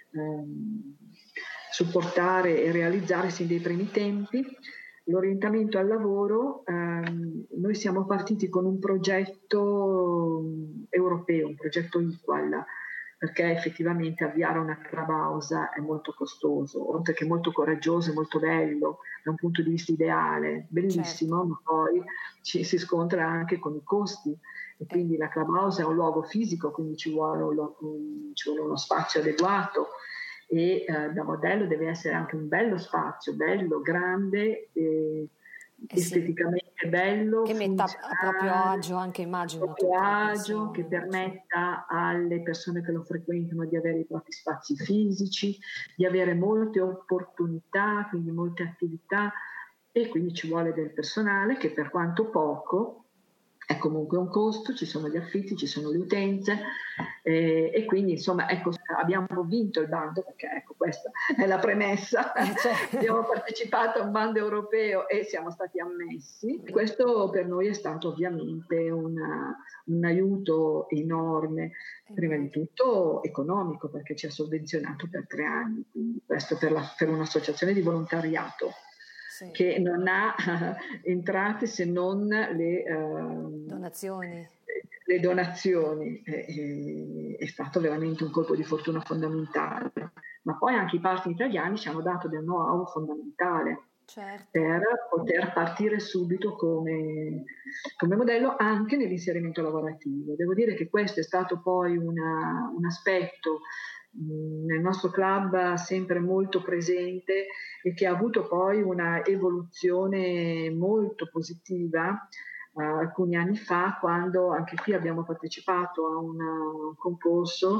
supportare e realizzare sin dai primi tempi. L'orientamento al lavoro, noi siamo partiti con un progetto europeo, un progetto Equal, perché effettivamente avviare una Clubhouse è molto costoso, oltre che molto coraggioso e molto bello da un punto di vista ideale, bellissimo, ma poi si scontra anche con i costi. E quindi la Clubhouse è un luogo fisico, quindi ci vuole uno spazio adeguato. E da modello deve essere anche un bello spazio, bello, grande, esteticamente bello, che metta a proprio agio anche, immagino, proprio agio, che permetta alle persone che lo frequentano di avere i propri spazi fisici, di avere molte opportunità, quindi molte attività, e quindi ci vuole del personale che, per quanto poco, è comunque un costo, ci sono gli affitti, ci sono le utenze e quindi insomma ecco, abbiamo vinto il bando, perché ecco, questa è la premessa. Abbiamo partecipato a un bando europeo e siamo stati ammessi. Questo per noi è stato ovviamente un aiuto enorme, prima di tutto economico, perché ci ha sovvenzionato per 3 anni, quindi questo per un'associazione di volontariato. Che non ha entrate se non le donazioni. Le donazioni. È stato veramente un colpo di fortuna fondamentale. Ma poi anche i partner italiani ci hanno dato del know-how fondamentale per poter partire subito come modello anche nell'inserimento lavorativo. Devo dire che questo è stato poi un aspetto nel nostro club sempre molto presente e che ha avuto poi una evoluzione molto positiva alcuni anni fa, quando anche qui abbiamo partecipato a un concorso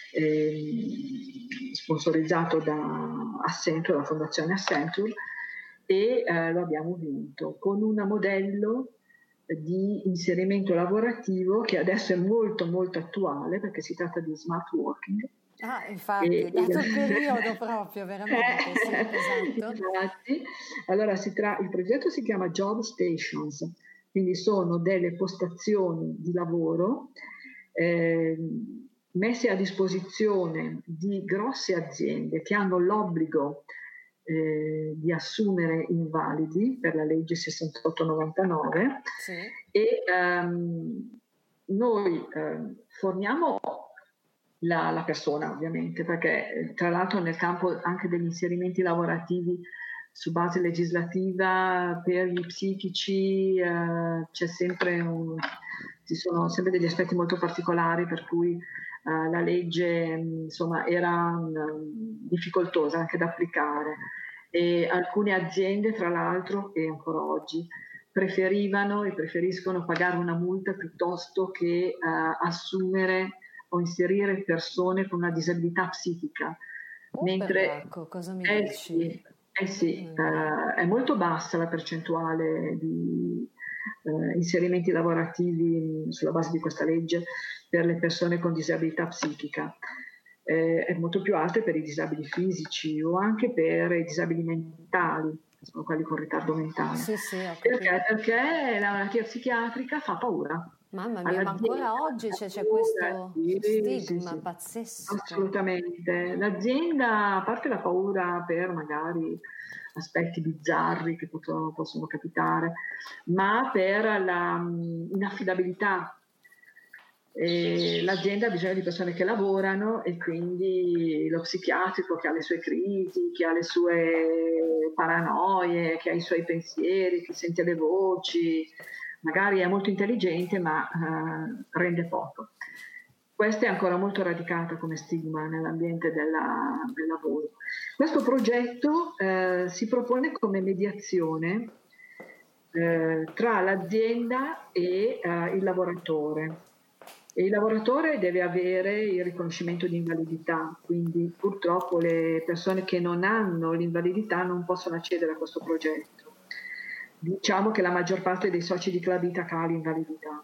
sponsorizzato da Accenture, la fondazione Accenture, e lo abbiamo vinto con un modello di inserimento lavorativo che adesso è molto molto attuale, perché si tratta di smart working. Infatti, dato il periodo proprio, veramente, sì, esatto. Infatti, allora il progetto si chiama Job Stations, quindi sono delle postazioni di lavoro eh, messe a disposizione di grosse aziende che hanno l'obbligo di assumere invalidi per la legge 6899 Sì. e noi forniamo la persona ovviamente, perché tra l'altro nel campo anche degli inserimenti lavorativi su base legislativa per gli psichici ci sono sempre degli aspetti molto particolari per cui la legge insomma era difficoltosa anche da applicare e alcune aziende tra l'altro e ancora oggi preferivano e preferiscono pagare una multa piuttosto che assumere o inserire persone con una disabilità psichica. Mentre cosa mi dici? Sì, è molto bassa la percentuale di inserimenti lavorativi sulla base di questa legge per le persone con disabilità psichica. È molto più alta per i disabili fisici o anche per i disabili mentali, sono quelli con ritardo mentale. Sì, perché la malattia psichiatrica fa paura. Mamma mia, ma ancora oggi c'è questo stigma pazzesco. Assolutamente. L'azienda, a parte la paura per magari aspetti bizzarri che possono capitare, ma per la inaffidabilità. L'azienda ha bisogno di persone che lavorano e quindi lo psichiatrico che ha le sue crisi, che ha le sue paranoie, che ha i suoi pensieri, che sente le voci, magari è molto intelligente ma rende poco. Questa è ancora molto radicata come stigma nell'ambiente del lavoro. Questo progetto si propone come mediazione tra l'azienda e il lavoratore. E il lavoratore deve avere il riconoscimento di invalidità, quindi purtroppo le persone che non hanno l'invalidità non possono accedere a questo progetto. Diciamo che la maggior parte dei soci di Club Itaca ha l'invalidità.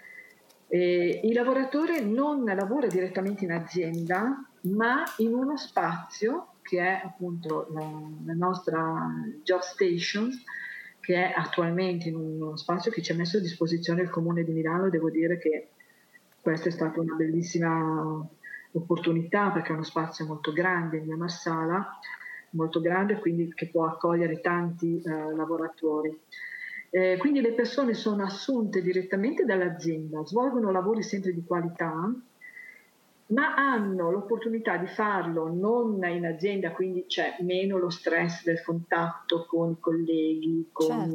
Il lavoratore non lavora direttamente in azienda, ma in uno spazio che è appunto la nostra job station, che è attualmente in uno spazio che ci ha messo a disposizione il Comune di Milano. Devo dire che questa è stata una bellissima opportunità perché è uno spazio molto grande in via Marsala, molto grande, quindi che può accogliere tanti lavoratori. Quindi le persone sono assunte direttamente dall'azienda, svolgono lavori sempre di qualità, ma hanno l'opportunità di farlo non in azienda, quindi c'è meno lo stress del contatto con i colleghi, con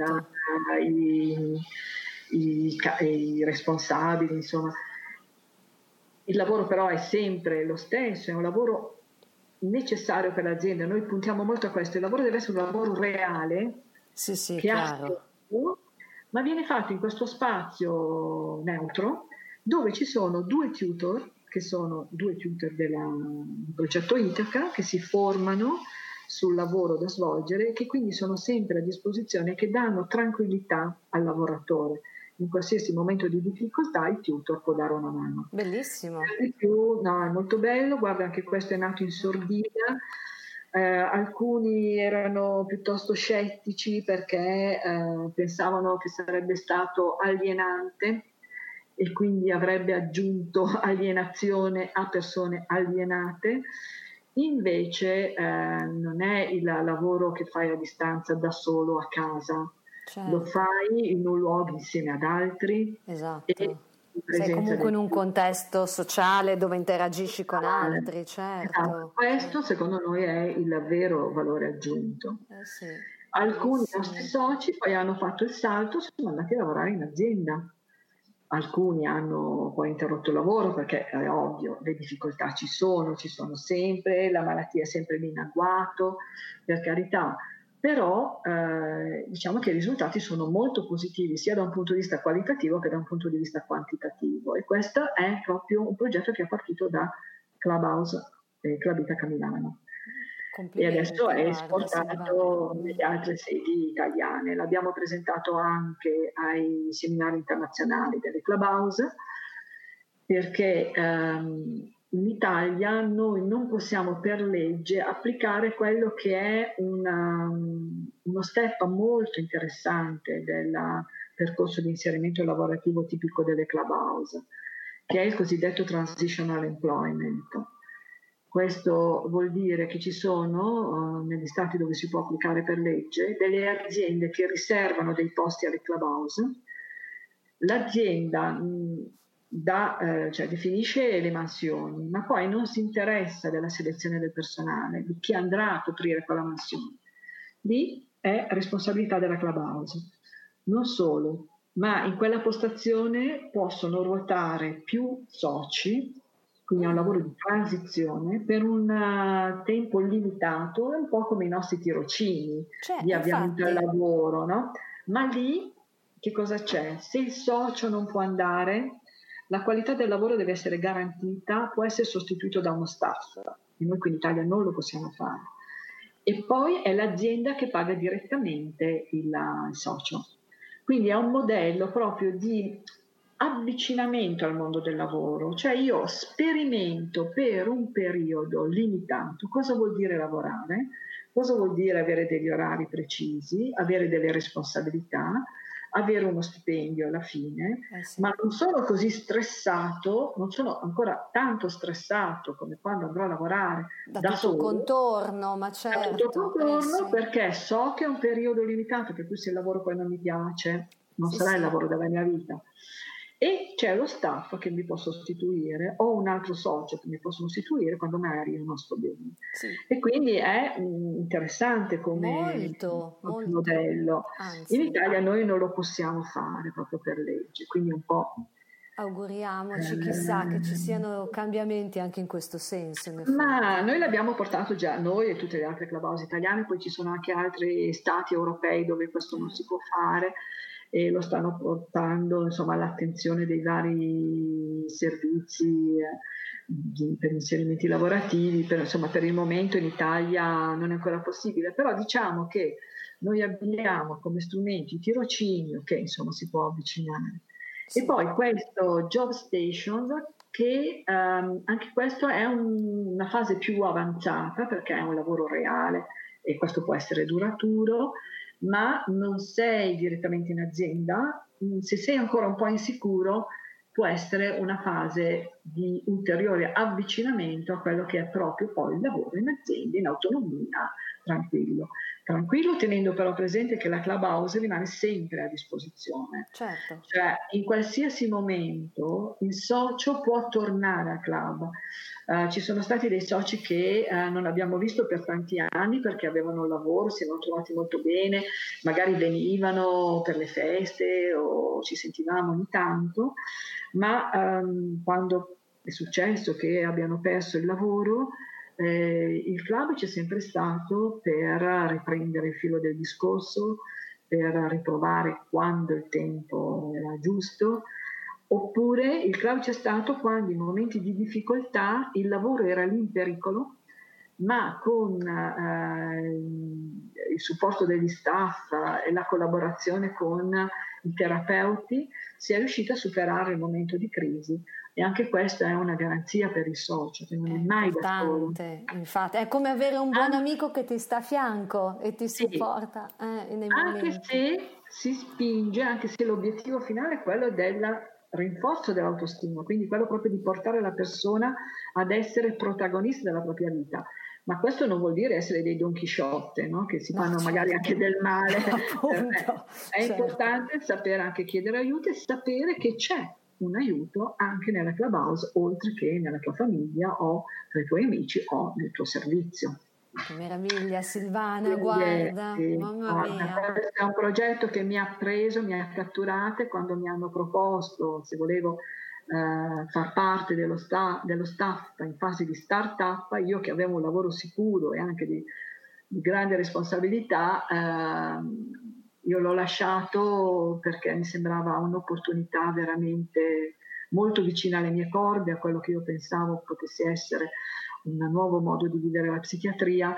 i responsabili, insomma. Il lavoro però è sempre lo stesso, è un lavoro necessario per l'azienda, noi puntiamo molto a questo, il lavoro deve essere un lavoro reale, sì, che chiaro. ha senso, ma viene fatto in questo spazio neutro dove ci sono due tutor, che sono due tutor del progetto Itaca, che si formano sul lavoro da svolgere, che quindi sono sempre a disposizione e che danno tranquillità al lavoratore. In qualsiasi momento di difficoltà il tutor può dare una mano. Bellissimo. Di più, no, è molto bello, guarda, anche questo è nato in sordina. Alcuni erano piuttosto scettici perché pensavano che sarebbe stato alienante e quindi avrebbe aggiunto alienazione a persone alienate. Invece non è il lavoro che fai a distanza da solo a casa, lo fai in un luogo insieme ad altri. Esatto. Sei comunque in un contesto sociale dove interagisci con altri, certo. Esatto. Questo secondo noi è il vero valore aggiunto. Alcuni nostri soci poi hanno fatto il salto, sono andati a lavorare in azienda. Alcuni hanno poi interrotto il lavoro perché è ovvio, le difficoltà ci sono sempre, la malattia è sempre lì in agguato, per carità. Però diciamo che i risultati sono molto positivi sia da un punto di vista qualitativo che da un punto di vista quantitativo, e questo è proprio un progetto che è partito da Clubhouse, Club Itaca Milano, e adesso è esportato nelle altre sedi italiane. L'abbiamo presentato anche ai seminari internazionali delle Clubhouse perché in Italia noi non possiamo per legge applicare quello che è uno step molto interessante del percorso di inserimento lavorativo tipico delle Clubhouse, che è il cosiddetto transitional employment. Questo vuol dire che ci sono, negli stati dove si può applicare per legge, delle aziende che riservano dei posti alle clubhouse. L'azienda cioè definisce le mansioni, ma poi non si interessa della selezione del personale, di chi andrà a coprire quella mansione. Lì è responsabilità della clubhouse. Non solo, ma in quella postazione possono ruotare più soci, quindi è un lavoro di transizione per un tempo limitato, è un po' come i nostri tirocini di avviamento al lavoro, no? Ma lì che cosa c'è? Se il socio non può andare, la qualità del lavoro deve essere garantita, può essere sostituito da uno staff, e noi qui in Italia non lo possiamo fare. E poi è l'azienda che paga direttamente il socio. Quindi è un modello proprio di avvicinamento al mondo del lavoro, cioè io sperimento per un periodo limitato cosa vuol dire lavorare, cosa vuol dire avere degli orari precisi, avere delle responsabilità, avere uno stipendio alla fine, sì. Ma non sono così stressato, non sono ancora tanto stressato come quando andrò a lavorare da solo. Contorno, ma certo. Da tutto contorno, sì. Perché so che è un periodo limitato, per cui se il lavoro poi non mi piace, non sarà il lavoro della mia vita. E c'è lo staff che mi può sostituire o un altro socio che mi può sostituire quando magari non sto bene. Sì. E quindi è interessante come molto. modello. Anzi. In Italia noi non lo possiamo fare proprio per legge, quindi un po'... Auguriamoci, chissà che ci siano cambiamenti anche in questo senso. Ma noi l'abbiamo portato già, noi e tutte le altre clubhouse italiane, poi ci sono anche altri stati europei dove questo non si può fare e lo stanno portando insomma all'attenzione dei vari servizi per inserimenti lavorativi, insomma per il momento in Italia non è ancora possibile, però diciamo che noi abbiamo come strumenti tirocinio che insomma si può avvicinare. Sì. E poi questo Job Station che anche questo è una fase più avanzata perché è un lavoro reale e questo può essere duraturo, ma non sei direttamente in azienda, se sei ancora un po' insicuro può essere una fase di ulteriore avvicinamento a quello che è proprio poi il lavoro in azienda, in autonomia, tranquillo tenendo però presente che la clubhouse rimane sempre a disposizione. Certo. Cioè in qualsiasi momento il socio può tornare al club. Ci sono stati dei soci che non abbiamo visto per tanti anni perché avevano un lavoro, si erano trovati molto bene, magari venivano per le feste o ci sentivamo ogni tanto, ma quando è successo che abbiano perso il lavoro, il club c'è sempre stato per riprendere il filo del discorso, per riprovare quando il tempo era giusto, oppure il club c'è stato quando in momenti di difficoltà il lavoro era lì in pericolo, ma con il supporto degli staff e la collaborazione con i terapeuti si è riusciti a superare il momento di crisi. E anche questa è una garanzia per il socio, che non è mai da solo. Infatti, è come avere un buon amico che ti sta a fianco e ti supporta nei momenti. Anche se si spinge, anche se l'obiettivo finale è quello del rinforzo dell'autostima, quindi quello proprio di portare la persona ad essere protagonista della propria vita. Ma questo non vuol dire essere dei Don Chisciotte, no? Che si fanno magari anche del male. È importante sapere anche chiedere aiuto e sapere che c'è un aiuto anche nella clubhouse, oltre che nella tua famiglia o tra i tuoi amici o nel tuo servizio. Che meraviglia Silvana, guarda, mamma mia. Questo è un progetto che mi ha preso, mi ha catturata quando mi hanno proposto se volevo far parte dello staff in fase di start-up, io che avevo un lavoro sicuro e anche di grande responsabilità, io l'ho lasciato perché mi sembrava un'opportunità veramente molto vicina alle mie corde, a quello che io pensavo potesse essere un nuovo modo di vivere la psichiatria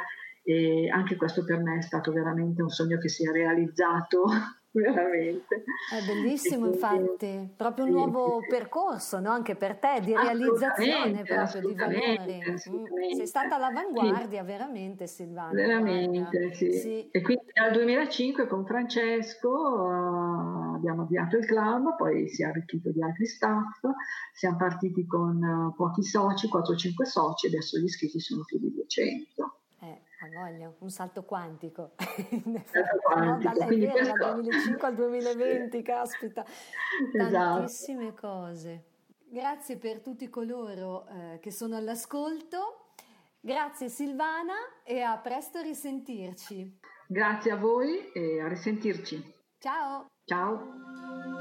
e anche questo per me è stato veramente un sogno che si è realizzato veramente. È bellissimo, Quindi, infatti, proprio un sì, sì, nuovo sì. percorso, no? Anche per te, di realizzazione Assolutamente, proprio di assolutamente, valori. Sei assolutamente. stata Sì, all'avanguardia veramente, Silvana, guarda. veramente, sì. Sì. E quindi dal 2005 con Francesco abbiamo avviato il club, poi si è arricchito di altri staff, siamo partiti con pochi soci, 4-5 soci, adesso gli iscritti sono più di 200. Ha voglia, un salto quantico, in Salto effetti, no? quantico, È quindi vero, dal questo 2005 al sì, 2020, caspita, esatto. tantissime cose. Grazie per tutti coloro che sono all'ascolto. Grazie Silvana e a presto a risentirci. Grazie a voi e a risentirci. Ciao! Ciao.